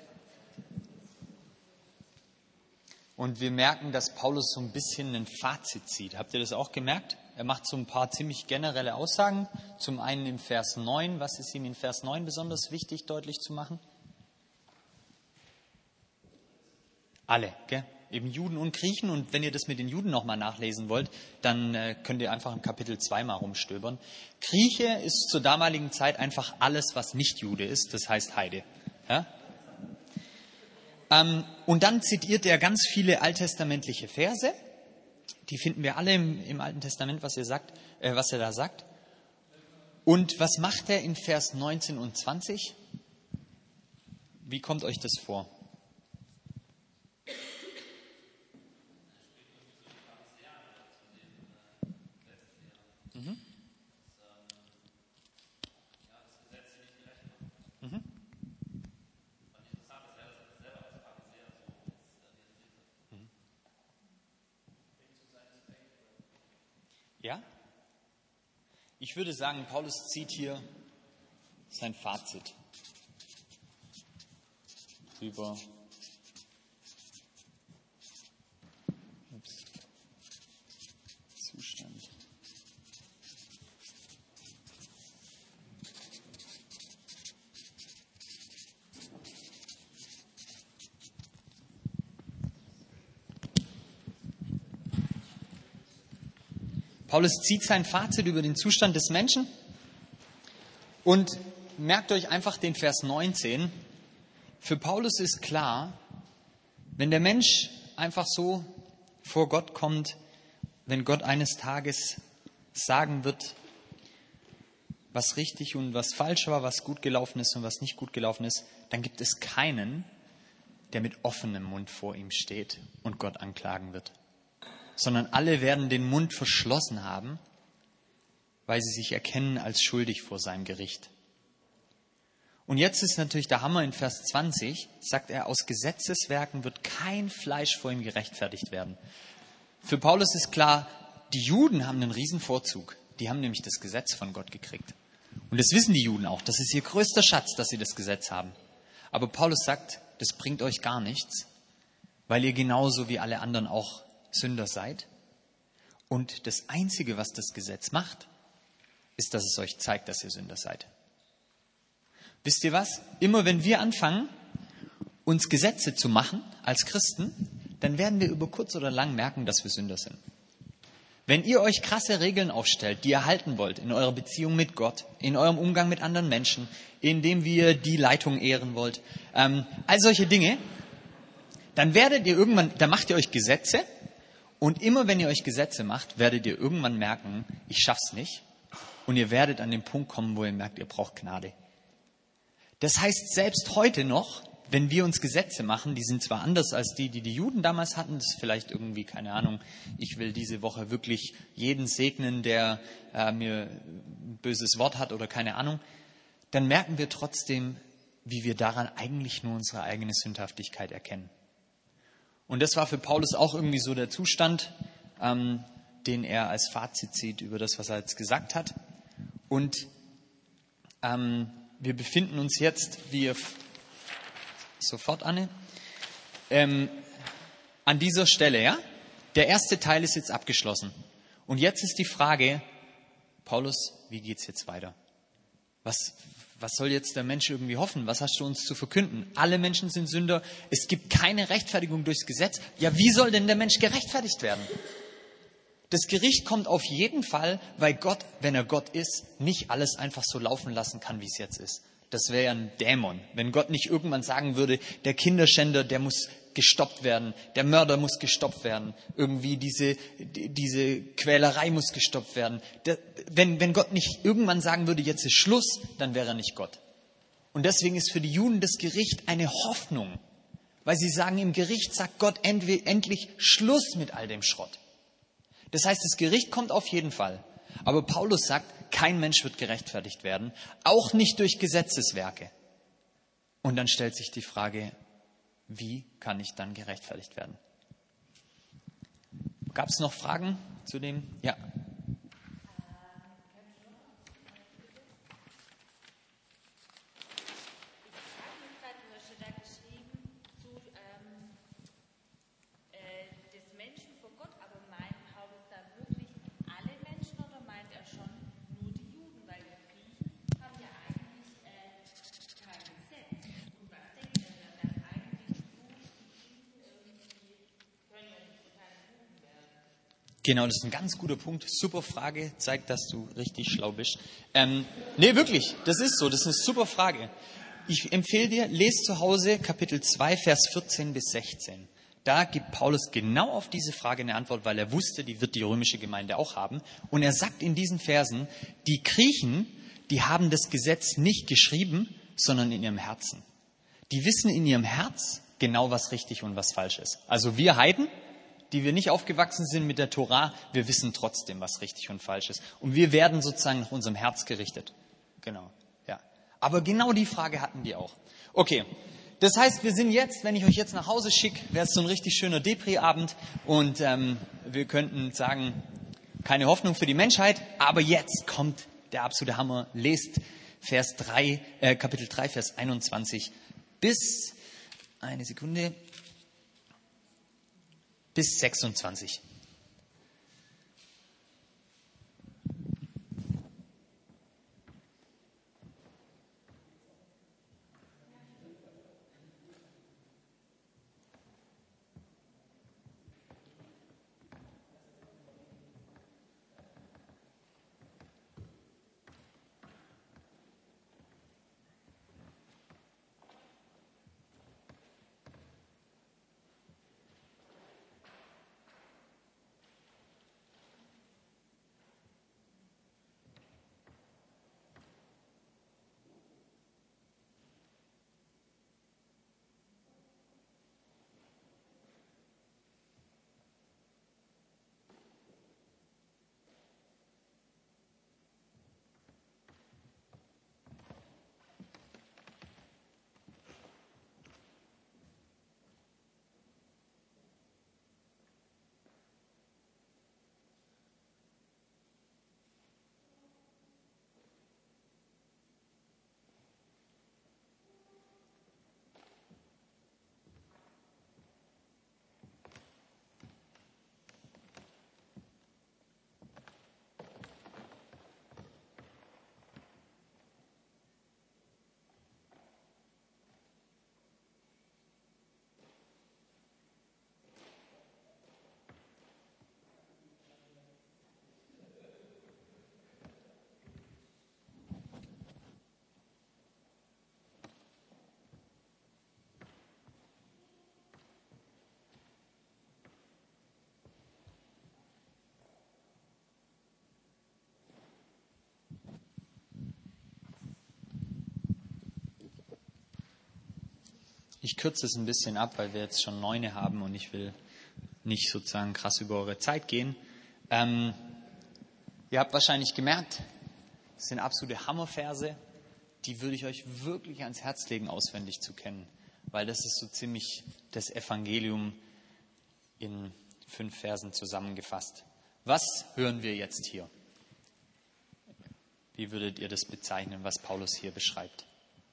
Und wir merken, dass Paulus so ein bisschen ein Fazit zieht. Habt ihr das auch gemerkt? Er macht so ein paar ziemlich generelle Aussagen. Zum einen im Vers 9. Was ist ihm in Vers 9 besonders wichtig, deutlich zu machen? Alle, gell? Eben Juden und Griechen. Und wenn ihr das mit den Juden nochmal nachlesen wollt, dann könnt ihr einfach im Kapitel 2 mal rumstöbern. Grieche ist zur damaligen Zeit einfach alles, was nicht Jude ist. Das heißt Heide. Ja? Und dann zitiert er ganz viele alttestamentliche Verse. Die finden wir alle im Alten Testament, was er da sagt. Und was macht er in Vers 19 und 20? Wie kommt euch das vor? Ja? Ich würde sagen, Paulus zieht hier sein Fazit über Zustand. Paulus zieht sein Fazit über den Zustand des Menschen und merkt euch einfach den Vers 19. Für Paulus ist klar, wenn der Mensch einfach so vor Gott kommt, wenn Gott eines Tages sagen wird, was richtig und was falsch war, was gut gelaufen ist und was nicht gut gelaufen ist, dann gibt es keinen, der mit offenem Mund vor ihm steht und Gott anklagen wird. Sondern alle werden den Mund verschlossen haben, weil sie sich erkennen als schuldig vor seinem Gericht. Und jetzt ist natürlich der Hammer in Vers 20, sagt er, aus Gesetzeswerken wird kein Fleisch vor ihm gerechtfertigt werden. Für Paulus ist klar, die Juden haben einen riesen Vorzug. Die haben nämlich das Gesetz von Gott gekriegt. Und das wissen die Juden auch. Das ist ihr größter Schatz, dass sie das Gesetz haben. Aber Paulus sagt, das bringt euch gar nichts, weil ihr genauso wie alle anderen auch Sünder seid. Und das Einzige, was das Gesetz macht, ist, dass es euch zeigt, dass ihr Sünder seid. Wisst ihr was? Immer wenn wir anfangen, uns Gesetze zu machen als Christen, dann werden wir über kurz oder lang merken, dass wir Sünder sind. Wenn ihr euch krasse Regeln aufstellt, die ihr halten wollt in eurer Beziehung mit Gott, in eurem Umgang mit anderen Menschen, indem ihr die Leitung ehren wollt, all solche Dinge, dann macht ihr euch Gesetze. Und immer wenn ihr euch Gesetze macht, werdet ihr irgendwann merken, ich schaff's nicht. Und ihr werdet an den Punkt kommen, wo ihr merkt, ihr braucht Gnade. Das heißt, selbst heute noch, wenn wir uns Gesetze machen, die sind zwar anders als die Juden damals hatten, das ist vielleicht irgendwie, keine Ahnung, ich will diese Woche wirklich jeden segnen, der mir ein böses Wort hat oder keine Ahnung, dann merken wir trotzdem, wie wir daran eigentlich nur unsere eigene Sündhaftigkeit erkennen. Und das war für Paulus auch irgendwie so der Zustand, den er als Fazit zieht über das, was er jetzt gesagt hat. Und wir befinden uns jetzt, wie ihr sofort, Anne, an dieser Stelle. Ja? Der erste Teil ist jetzt abgeschlossen. Und jetzt ist die Frage, Paulus, wie geht's jetzt weiter? Was soll jetzt der Mensch irgendwie hoffen? Was hast du uns zu verkünden? Alle Menschen sind Sünder. Es gibt keine Rechtfertigung durchs Gesetz. Ja, wie soll denn der Mensch gerechtfertigt werden? Das Gericht kommt auf jeden Fall, weil Gott, wenn er Gott ist, nicht alles einfach so laufen lassen kann, wie es jetzt ist. Das wäre ja ein Dämon. Wenn Gott nicht irgendwann sagen würde, der Kinderschänder, der muss gestoppt werden, der Mörder muss gestoppt werden, irgendwie diese Quälerei muss gestoppt werden. Wenn Gott nicht irgendwann sagen würde, jetzt ist Schluss, dann wäre er nicht Gott. Und deswegen ist für die Juden das Gericht eine Hoffnung, weil sie sagen, im Gericht sagt Gott endlich Schluss mit all dem Schrott. Das heißt, das Gericht kommt auf jeden Fall. Aber Paulus sagt, kein Mensch wird gerechtfertigt werden, auch nicht durch Gesetzeswerke. Und dann stellt sich die Frage, wie kann ich dann gerechtfertigt werden? Gab es noch Fragen zu dem? Ja. Genau, das ist ein ganz guter Punkt. Super Frage, zeigt, dass du richtig schlau bist. Nee, wirklich, das ist so, das ist eine super Frage. Ich empfehle dir, lest zu Hause Kapitel 2, Vers 14 bis 16. Da gibt Paulus genau auf diese Frage eine Antwort, weil er wusste, die wird die römische Gemeinde auch haben. Und er sagt in diesen Versen, die Griechen, die haben das Gesetz nicht geschrieben, sondern in ihrem Herzen. Die wissen in ihrem Herz genau, was richtig und was falsch ist. Also wir Heiden, die wir nicht aufgewachsen sind mit der Tora, wir wissen trotzdem, was richtig und falsch ist. Und wir werden sozusagen nach unserem Herz gerichtet. Genau, ja. Aber genau die Frage hatten die auch. Okay, das heißt, wir sind jetzt, wenn ich euch jetzt nach Hause schicke, wäre es so ein richtig schöner Depri-Abend und wir könnten sagen, keine Hoffnung für die Menschheit, aber jetzt kommt der absolute Hammer. Lest Kapitel 3, Vers 21 bis, eine Sekunde, bis 26. Ich kürze es ein bisschen ab, weil wir jetzt schon 9 haben und ich will nicht sozusagen krass über eure Zeit gehen. Ihr habt wahrscheinlich gemerkt, das sind absolute Hammerverse, die würde ich euch wirklich ans Herz legen, auswendig zu kennen, weil das ist so ziemlich das Evangelium in 5 Versen zusammengefasst. Was hören wir jetzt hier? Wie würdet ihr das bezeichnen, was Paulus hier beschreibt?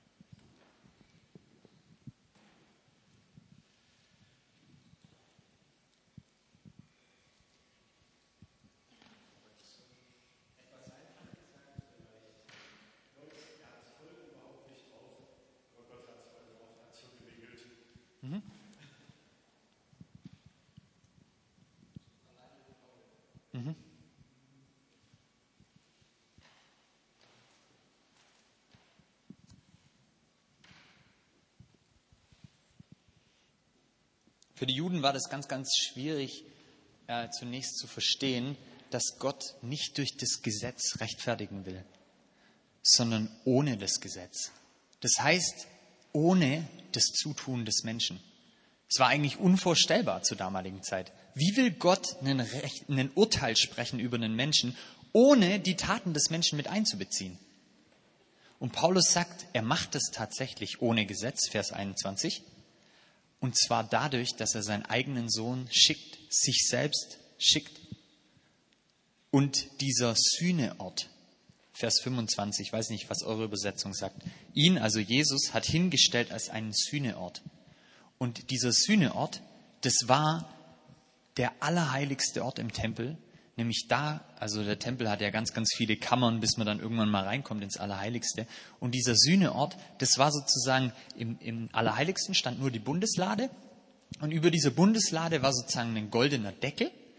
Für die Juden war das ganz, ganz schwierig, zunächst zu verstehen, dass Gott nicht durch das Gesetz rechtfertigen will, sondern ohne das Gesetz. Das heißt, ohne das Zutun des Menschen. Es war eigentlich unvorstellbar zur damaligen Zeit. Wie will Gott ein Urteil sprechen über einen Menschen, ohne die Taten des Menschen mit einzubeziehen? Und Paulus sagt, er macht es tatsächlich ohne Gesetz, Vers 21. Und zwar dadurch, dass er seinen eigenen Sohn schickt, sich selbst schickt. Und dieser Sühneort, Vers 25, ich weiß nicht, was eure Übersetzung sagt, ihn, also Jesus, hat hingestellt als einen Sühneort. Und dieser Sühneort, das war der allerheiligste Ort im Tempel, nämlich da, also der Tempel hat ja ganz, ganz viele Kammern, bis man dann irgendwann mal reinkommt ins Allerheiligste. Und dieser Sühneort, das war sozusagen, im Allerheiligsten stand nur die Bundeslade. Und über dieser Bundeslade war sozusagen ein goldener Deckel.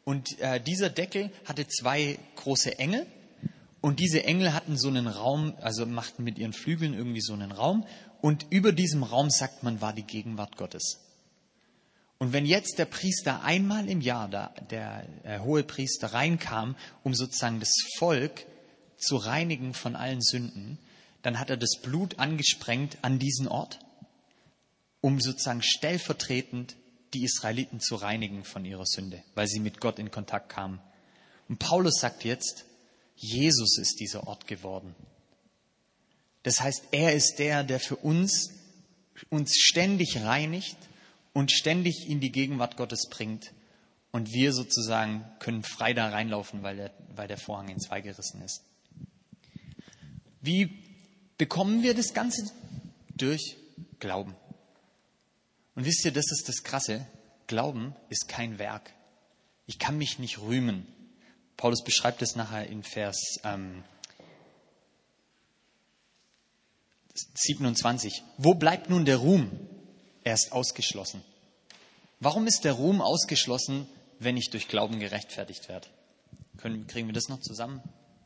Und dieser Deckel hatte 2 große Engel. Und diese Engel hatten so einen Raum, also machten mit ihren Flügeln irgendwie so einen Raum. Und über diesem Raum, sagt man, war die Gegenwart Gottes. Und wenn jetzt der Priester einmal im Jahr, der hohe Priester reinkam, um sozusagen das Volk zu reinigen von allen Sünden, dann hat er das Blut angesprengt an diesen Ort, um sozusagen stellvertretend die Israeliten zu reinigen von ihrer Sünde, weil sie mit Gott in Kontakt kamen. Und Paulus sagt jetzt, Jesus ist dieser Ort geworden. Das heißt, er ist der für uns ständig reinigt und ständig in die Gegenwart Gottes bringt. Und wir sozusagen können frei da reinlaufen, weil der Vorhang in 2 gerissen ist. Wie bekommen wir das Ganze? Durch Glauben. Und wisst ihr, das ist das Krasse. Glauben ist kein Werk. Ich kann mich nicht rühmen. Paulus beschreibt es nachher in Vers 27. Wo bleibt nun der Ruhm? Er ist ausgeschlossen. Warum ist der Ruhm ausgeschlossen, wenn ich durch Glauben gerechtfertigt werde? Kriegen wir das noch zusammen?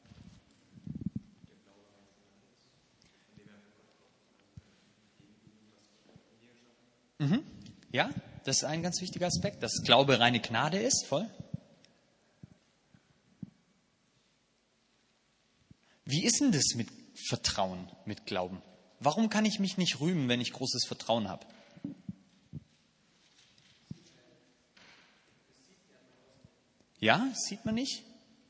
Ja, das ist ein ganz wichtiger Aspekt, dass Glaube reine Gnade ist, voll. Wie ist denn das mit Vertrauen, mit Glauben? Warum kann ich mich nicht rühmen, wenn ich großes Vertrauen habe? Ja, sieht man nicht?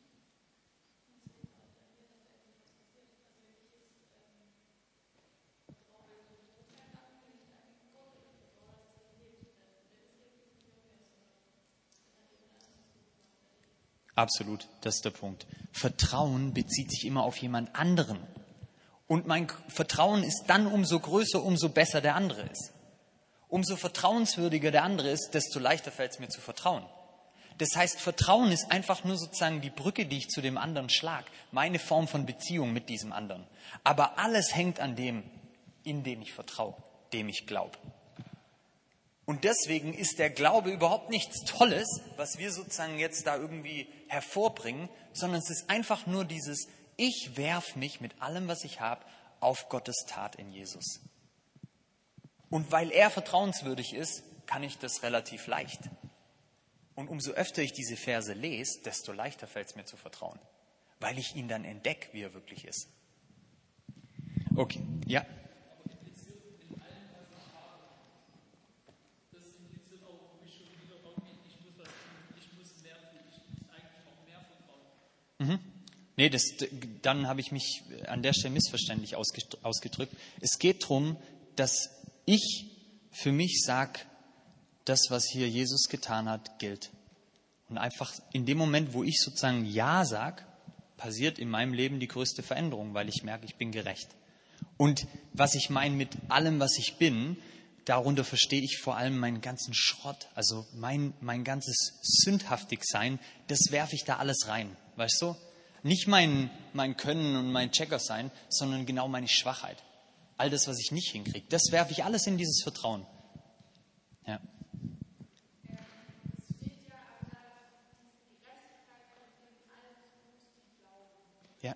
Absolut, das ist der Punkt. Vertrauen bezieht sich immer auf jemand anderen. Und mein Vertrauen ist dann umso größer, umso besser der andere ist. Umso vertrauenswürdiger der andere ist, desto leichter fällt es mir zu vertrauen. Das heißt, Vertrauen ist einfach nur sozusagen die Brücke, die ich zu dem anderen schlage. Meine Form von Beziehung mit diesem anderen. Aber alles hängt an dem, in den ich vertraue, dem ich glaube. Und deswegen ist der Glaube überhaupt nichts Tolles, was wir sozusagen jetzt da irgendwie hervorbringen, sondern es ist einfach nur dieses, ich werfe mich mit allem, was ich habe, auf Gottes Tat in Jesus. Und weil er vertrauenswürdig ist, kann ich das relativ leicht. Und umso öfter ich diese Verse lese, desto leichter fällt es mir zu vertrauen, weil ich ihn dann entdecke, wie er wirklich ist. Okay, ja. Nee, dann habe ich mich an der Stelle missverständlich ausgedrückt. Es geht darum, dass ich für mich sage, das, was hier Jesus getan hat, gilt. Und einfach in dem Moment, wo ich sozusagen Ja sage, passiert in meinem Leben die größte Veränderung, weil ich merke, ich bin gerecht. Und was ich meine mit allem, was ich bin, darunter verstehe ich vor allem meinen ganzen Schrott, also mein ganzes Sündhaftigsein, das werfe ich da alles rein, weißt du? Nicht mein Können und mein Checker sein, sondern genau meine Schwachheit. All das, was ich nicht hinkriege, das werfe ich alles in dieses Vertrauen. Ja. Ja.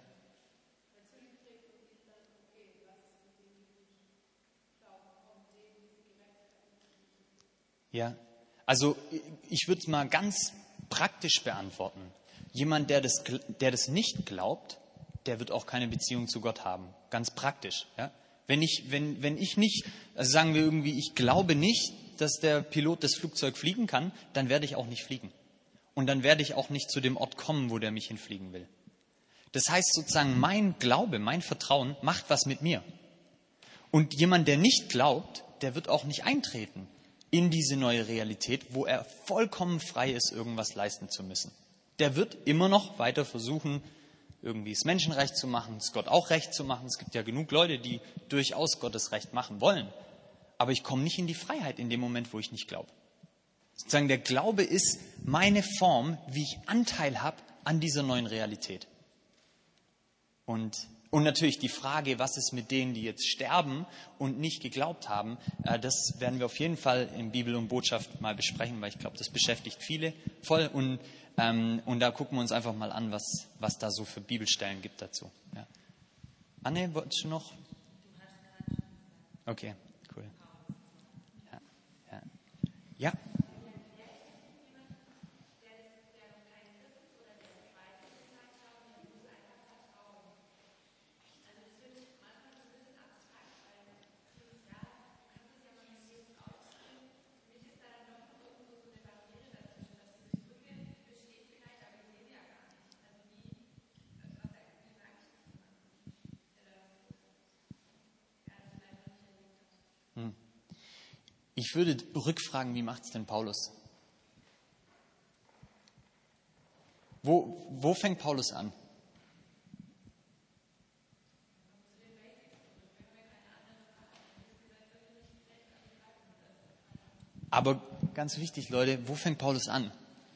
Ja. Also ich würde es mal ganz praktisch beantworten. Jemand, der das nicht glaubt, der wird auch keine Beziehung zu Gott haben. Ganz praktisch. Ja? Wenn ich nicht, also sagen wir irgendwie, ich glaube nicht, dass der Pilot das Flugzeug fliegen kann, dann werde ich auch nicht fliegen. Und dann werde ich auch nicht zu dem Ort kommen, wo der mich hinfliegen will. Das heißt sozusagen, mein Glaube, mein Vertrauen macht was mit mir. Und jemand, der nicht glaubt, der wird auch nicht eintreten in diese neue Realität, wo er vollkommen frei ist, irgendwas leisten zu müssen. Der wird immer noch weiter versuchen, irgendwie das Menschenrecht zu machen, es Gott auch recht zu machen. Es gibt ja genug Leute, die durchaus Gottes Recht machen wollen. Aber ich komme nicht in die Freiheit in dem Moment, wo ich nicht glaube. Sozusagen der Glaube ist meine Form, wie ich Anteil habe an dieser neuen Realität. Und Und natürlich die Frage, was ist mit denen, die jetzt sterben und nicht geglaubt haben, das werden wir auf jeden Fall in Bibel und Botschaft mal besprechen, weil ich glaube, das beschäftigt viele voll. Und da gucken wir uns einfach mal an, was da so für Bibelstellen gibt dazu. Ja. Anne, wolltest du noch? Okay, cool. Ja. Ich würde rückfragen, wie macht es denn Paulus? Wo fängt Paulus an? Aber ganz wichtig, Leute, wo fängt Paulus an?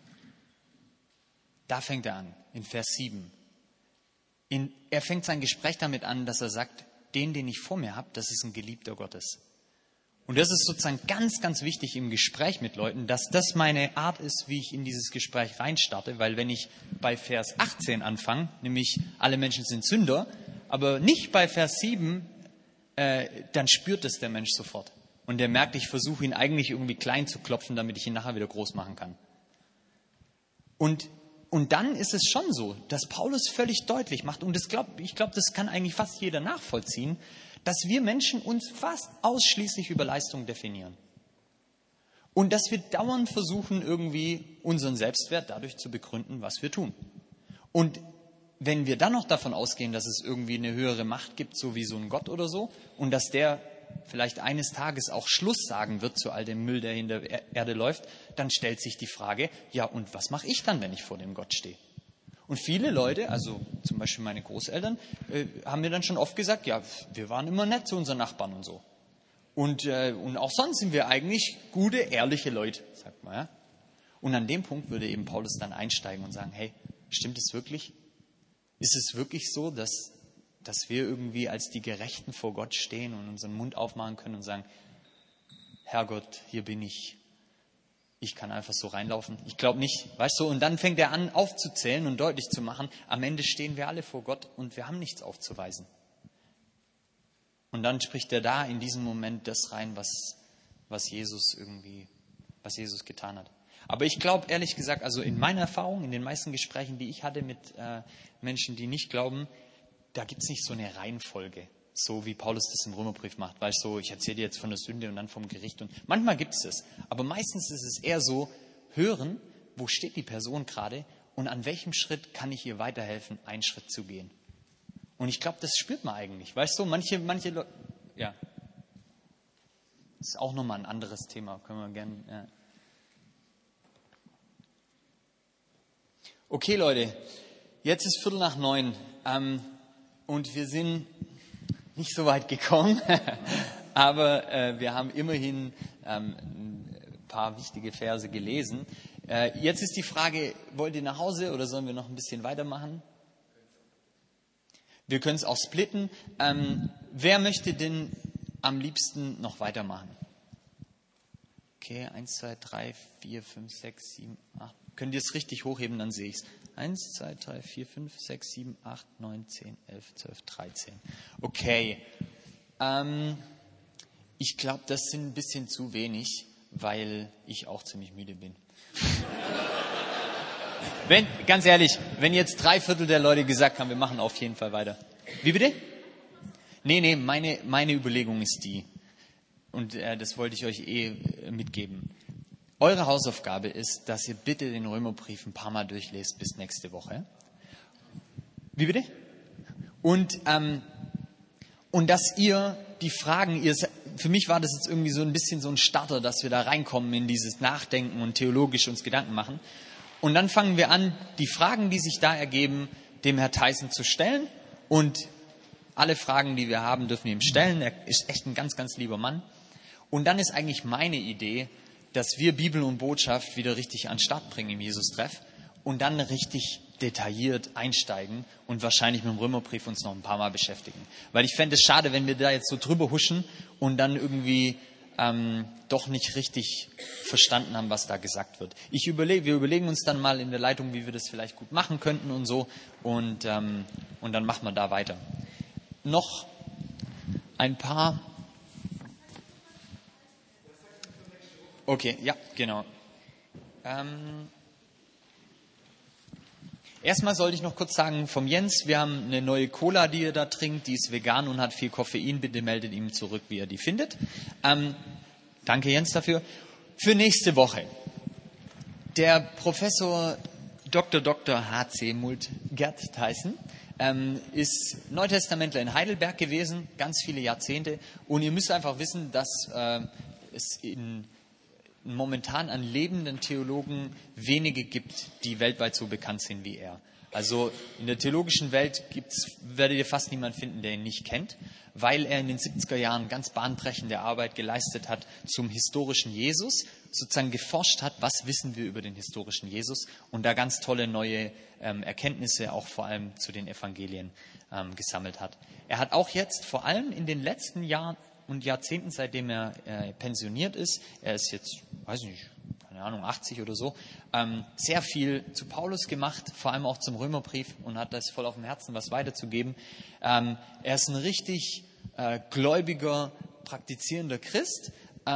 Da fängt er an, in Vers 7. Er fängt sein Gespräch damit an, dass er sagt, den ich vor mir habe, das ist ein Geliebter Gottes. Und das ist sozusagen ganz, ganz wichtig im Gespräch mit Leuten, dass das meine Art ist, wie ich in dieses Gespräch reinstarte. Weil wenn ich bei Vers 18 anfange, nämlich alle Menschen sind Sünder, aber nicht bei Vers 7, dann spürt es der Mensch sofort. Und der merkt, ich versuche ihn eigentlich irgendwie klein zu klopfen, damit ich ihn nachher wieder groß machen kann. Und dann ist es schon so, dass Paulus völlig deutlich macht, und ich glaube, das kann eigentlich fast jeder nachvollziehen, dass wir Menschen uns fast ausschließlich über Leistung definieren. Und dass wir dauernd versuchen, irgendwie unseren Selbstwert dadurch zu begründen, was wir tun. Und wenn wir dann noch davon ausgehen, dass es irgendwie eine höhere Macht gibt, so wie so ein Gott oder so, und dass der vielleicht eines Tages auch Schluss sagen wird zu all dem Müll, der in der Erde läuft, dann stellt sich die Frage, ja, und was mache ich dann, wenn ich vor dem Gott stehe? Und viele Leute, also zum Beispiel meine Großeltern, haben mir dann schon oft gesagt, ja, wir waren immer nett zu unseren Nachbarn und so. Und auch sonst sind wir eigentlich gute, ehrliche Leute, sagt man. Ja? Und an dem Punkt würde eben Paulus dann einsteigen und sagen, hey, stimmt es wirklich? Ist es wirklich so, dass wir irgendwie als die Gerechten vor Gott stehen und unseren Mund aufmachen können und sagen, Herrgott, hier bin ich. Ich kann einfach so reinlaufen. Ich glaube nicht, weißt du, und dann fängt er an aufzuzählen und deutlich zu machen, am Ende stehen wir alle vor Gott und wir haben nichts aufzuweisen. Und dann spricht er da in diesem Moment das rein, was Jesus getan hat. Aber ich glaube, ehrlich gesagt, also in meiner Erfahrung, in den meisten Gesprächen, die ich hatte mit Menschen, die nicht glauben, da gibt es nicht so eine Reihenfolge, so wie Paulus das im Römerbrief macht. Weißt du, ich erzähle dir jetzt von der Sünde und dann vom Gericht. Und manchmal gibt es das. Aber meistens ist es eher so, hören, wo steht die Person gerade und an welchem Schritt kann ich ihr weiterhelfen, einen Schritt zu gehen. Und ich glaube, das spürt man eigentlich. Weißt du, manche Leute, ja. Das ist auch nochmal ein anderes Thema, können wir gerne, ja. Okay, Leute, jetzt ist 8:45, und wir sind nicht so weit gekommen, aber wir haben immerhin ein paar wichtige Verse gelesen. Jetzt ist die Frage, wollt ihr nach Hause oder sollen wir noch ein bisschen weitermachen? Wir können es auch splitten. Wer möchte denn am liebsten noch weitermachen? Okay, 1, 2, 3, 4, 5, 6, 7, 8. Könnt ihr es richtig hochheben, dann sehe ich es. 1, 2, 3, 4, 5, 6, 7, 8, 9, 10, 11, 12, 13. Okay. Ich glaube, das sind ein bisschen zu wenig, weil ich auch ziemlich müde bin. Ganz ehrlich, wenn jetzt 3/4 der Leute gesagt haben, wir machen auf jeden Fall weiter. Wie bitte? Nee, meine Überlegung ist die, und das wollte ich euch mitgeben. Eure Hausaufgabe ist, dass ihr bitte den Römerbrief ein paar Mal durchlest bis nächste Woche. Wie bitte? Und dass ihr die Fragen, für mich war das jetzt irgendwie so ein bisschen so ein Starter, dass wir da reinkommen in dieses Nachdenken und theologisch uns Gedanken machen. Und dann fangen wir an, die Fragen, die sich da ergeben, dem Herr Tyson zu stellen. Und alle Fragen, die wir haben, dürfen wir ihm stellen. Er ist echt ein ganz, ganz lieber Mann. Und dann ist eigentlich meine Idee, dass wir Bibel und Botschaft wieder richtig an den Start bringen im Jesus-Treff und dann richtig detailliert einsteigen und wahrscheinlich mit dem Römerbrief uns noch ein paar Mal beschäftigen. Weil ich fände es schade, wenn wir da jetzt so drüber huschen und dann irgendwie doch nicht richtig verstanden haben, was da gesagt wird. Wir überlegen uns dann mal in der Leitung, wie wir das vielleicht gut machen könnten und so. Und dann machen wir da weiter. Noch ein paar. Okay, ja, genau. Erstmal sollte ich noch kurz sagen vom Jens, wir haben eine neue Cola, die er da trinkt, die ist vegan und hat viel Koffein. Bitte meldet ihm zurück, wie er die findet. Danke Jens dafür. Für nächste Woche. Der Professor Dr. H.C. Mult-Gerd Theissen ist Neutestamentler in Heidelberg gewesen, ganz viele Jahrzehnte. Und ihr müsst einfach wissen, dass es momentan an lebenden Theologen wenige gibt, die weltweit so bekannt sind wie er. Also in der theologischen Welt werdet ihr fast niemanden finden, der ihn nicht kennt, weil er in den 70er Jahren ganz bahnbrechende Arbeit geleistet hat zum historischen Jesus, sozusagen geforscht hat, was wissen wir über den historischen Jesus und da ganz tolle neue Erkenntnisse auch vor allem zu den Evangelien gesammelt hat. Er hat auch jetzt vor allem in den letzten Jahren und Jahrzehnten, seitdem er pensioniert ist, er ist jetzt, weiß ich nicht, keine Ahnung, 80 oder so, sehr viel zu Paulus gemacht, vor allem auch zum Römerbrief und hat das voll auf dem Herzen, was weiterzugeben. Er ist ein richtig gläubiger, praktizierender Christ,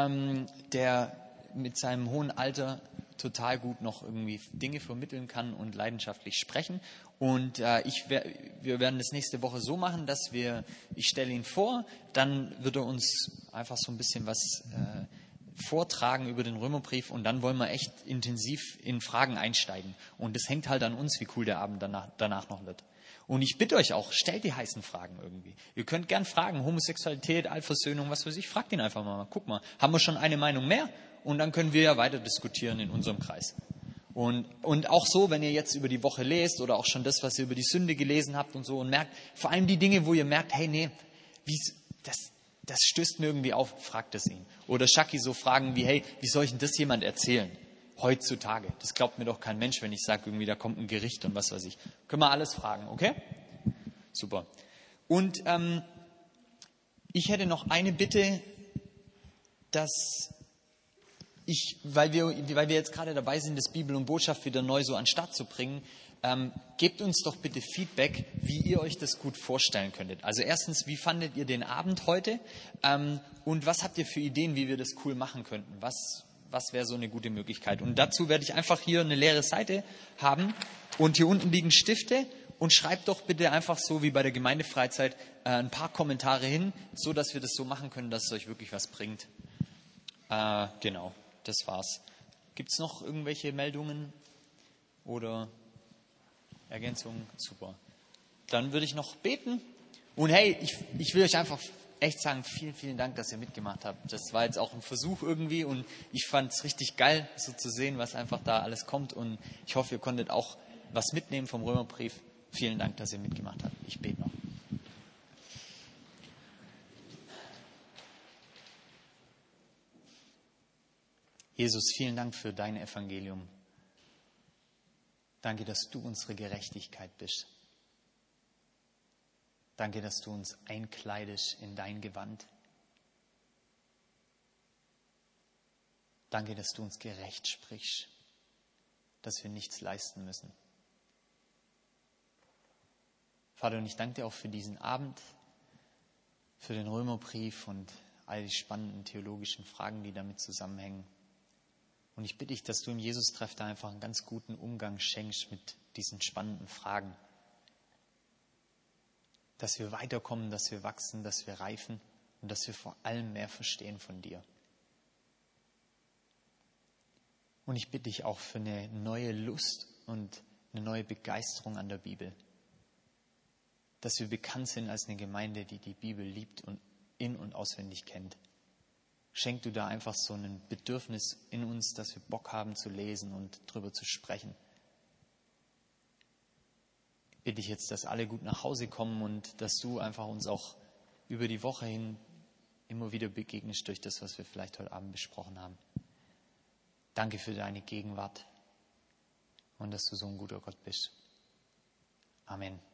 der mit seinem hohen Alter total gut noch irgendwie Dinge vermitteln kann und leidenschaftlich sprechen. Und wir werden das nächste Woche so machen, dass ich stelle ihn vor, dann wird er uns einfach so ein bisschen was vortragen über den Römerbrief und dann wollen wir echt intensiv in Fragen einsteigen. Und das hängt halt an uns, wie cool der Abend danach noch wird. Und ich bitte euch auch, stellt die heißen Fragen irgendwie. Ihr könnt gern fragen, Homosexualität, Allversöhnung, was weiß ich, fragt ihn einfach mal. Guck mal, haben wir schon eine Meinung mehr? Und dann können wir ja weiter diskutieren in unserem Kreis. Und auch so, wenn ihr jetzt über die Woche lest oder auch schon das, was ihr über die Sünde gelesen habt und so und merkt, vor allem die Dinge, wo ihr merkt, hey, nee, das stößt mir irgendwie auf, fragt es ihn. Oder Shaki so Fragen wie, hey, wie soll ich denn das jemand erzählen? Heutzutage. Das glaubt mir doch kein Mensch, wenn ich sage, irgendwie da kommt ein Gericht und was weiß ich. Können wir alles fragen, okay? Super. Und ich hätte noch eine Bitte, weil wir jetzt gerade dabei sind, das Bibel und Botschaft wieder neu so an den Start zu bringen, gebt uns doch bitte Feedback, wie ihr euch das gut vorstellen könntet. Also erstens, wie fandet ihr den Abend heute? Und was habt ihr für Ideen, wie wir das cool machen könnten? Was wäre so eine gute Möglichkeit? Und dazu werde ich einfach hier eine leere Seite haben und hier unten liegen Stifte und schreibt doch bitte einfach so wie bei der Gemeindefreizeit ein paar Kommentare hin, so dass wir das so machen können, dass es euch wirklich was bringt. Genau, das war's. Gibt es noch irgendwelche Meldungen oder Ergänzungen? Super. Dann würde ich noch beten. Und hey, ich will euch einfach echt sagen, vielen, vielen Dank, dass ihr mitgemacht habt. Das war jetzt auch ein Versuch irgendwie und ich fand es richtig geil, so zu sehen, was einfach da alles kommt. Und ich hoffe, ihr konntet auch was mitnehmen vom Römerbrief. Vielen Dank, dass ihr mitgemacht habt. Ich bete noch. Jesus, vielen Dank für dein Evangelium. Danke, dass du unsere Gerechtigkeit bist. Danke, dass du uns einkleidest in dein Gewand. Danke, dass du uns gerecht sprichst, dass wir nichts leisten müssen. Vater, und ich danke dir auch für diesen Abend, für den Römerbrief und all die spannenden theologischen Fragen, die damit zusammenhängen. Und ich bitte dich, dass du im Jesus-Treff da einfach einen ganz guten Umgang schenkst mit diesen spannenden Fragen. Dass wir weiterkommen, dass wir wachsen, dass wir reifen und dass wir vor allem mehr verstehen von dir. Und ich bitte dich auch für eine neue Lust und eine neue Begeisterung an der Bibel. Dass wir bekannt sind als eine Gemeinde, die die Bibel liebt und in- und auswendig kennt. Schenk du da einfach so ein Bedürfnis in uns, dass wir Bock haben zu lesen und drüber zu sprechen. Bitte ich jetzt, dass alle gut nach Hause kommen und dass du einfach uns auch über die Woche hin immer wieder begegnest durch das, was wir vielleicht heute Abend besprochen haben. Danke für deine Gegenwart und dass du so ein guter Gott bist. Amen.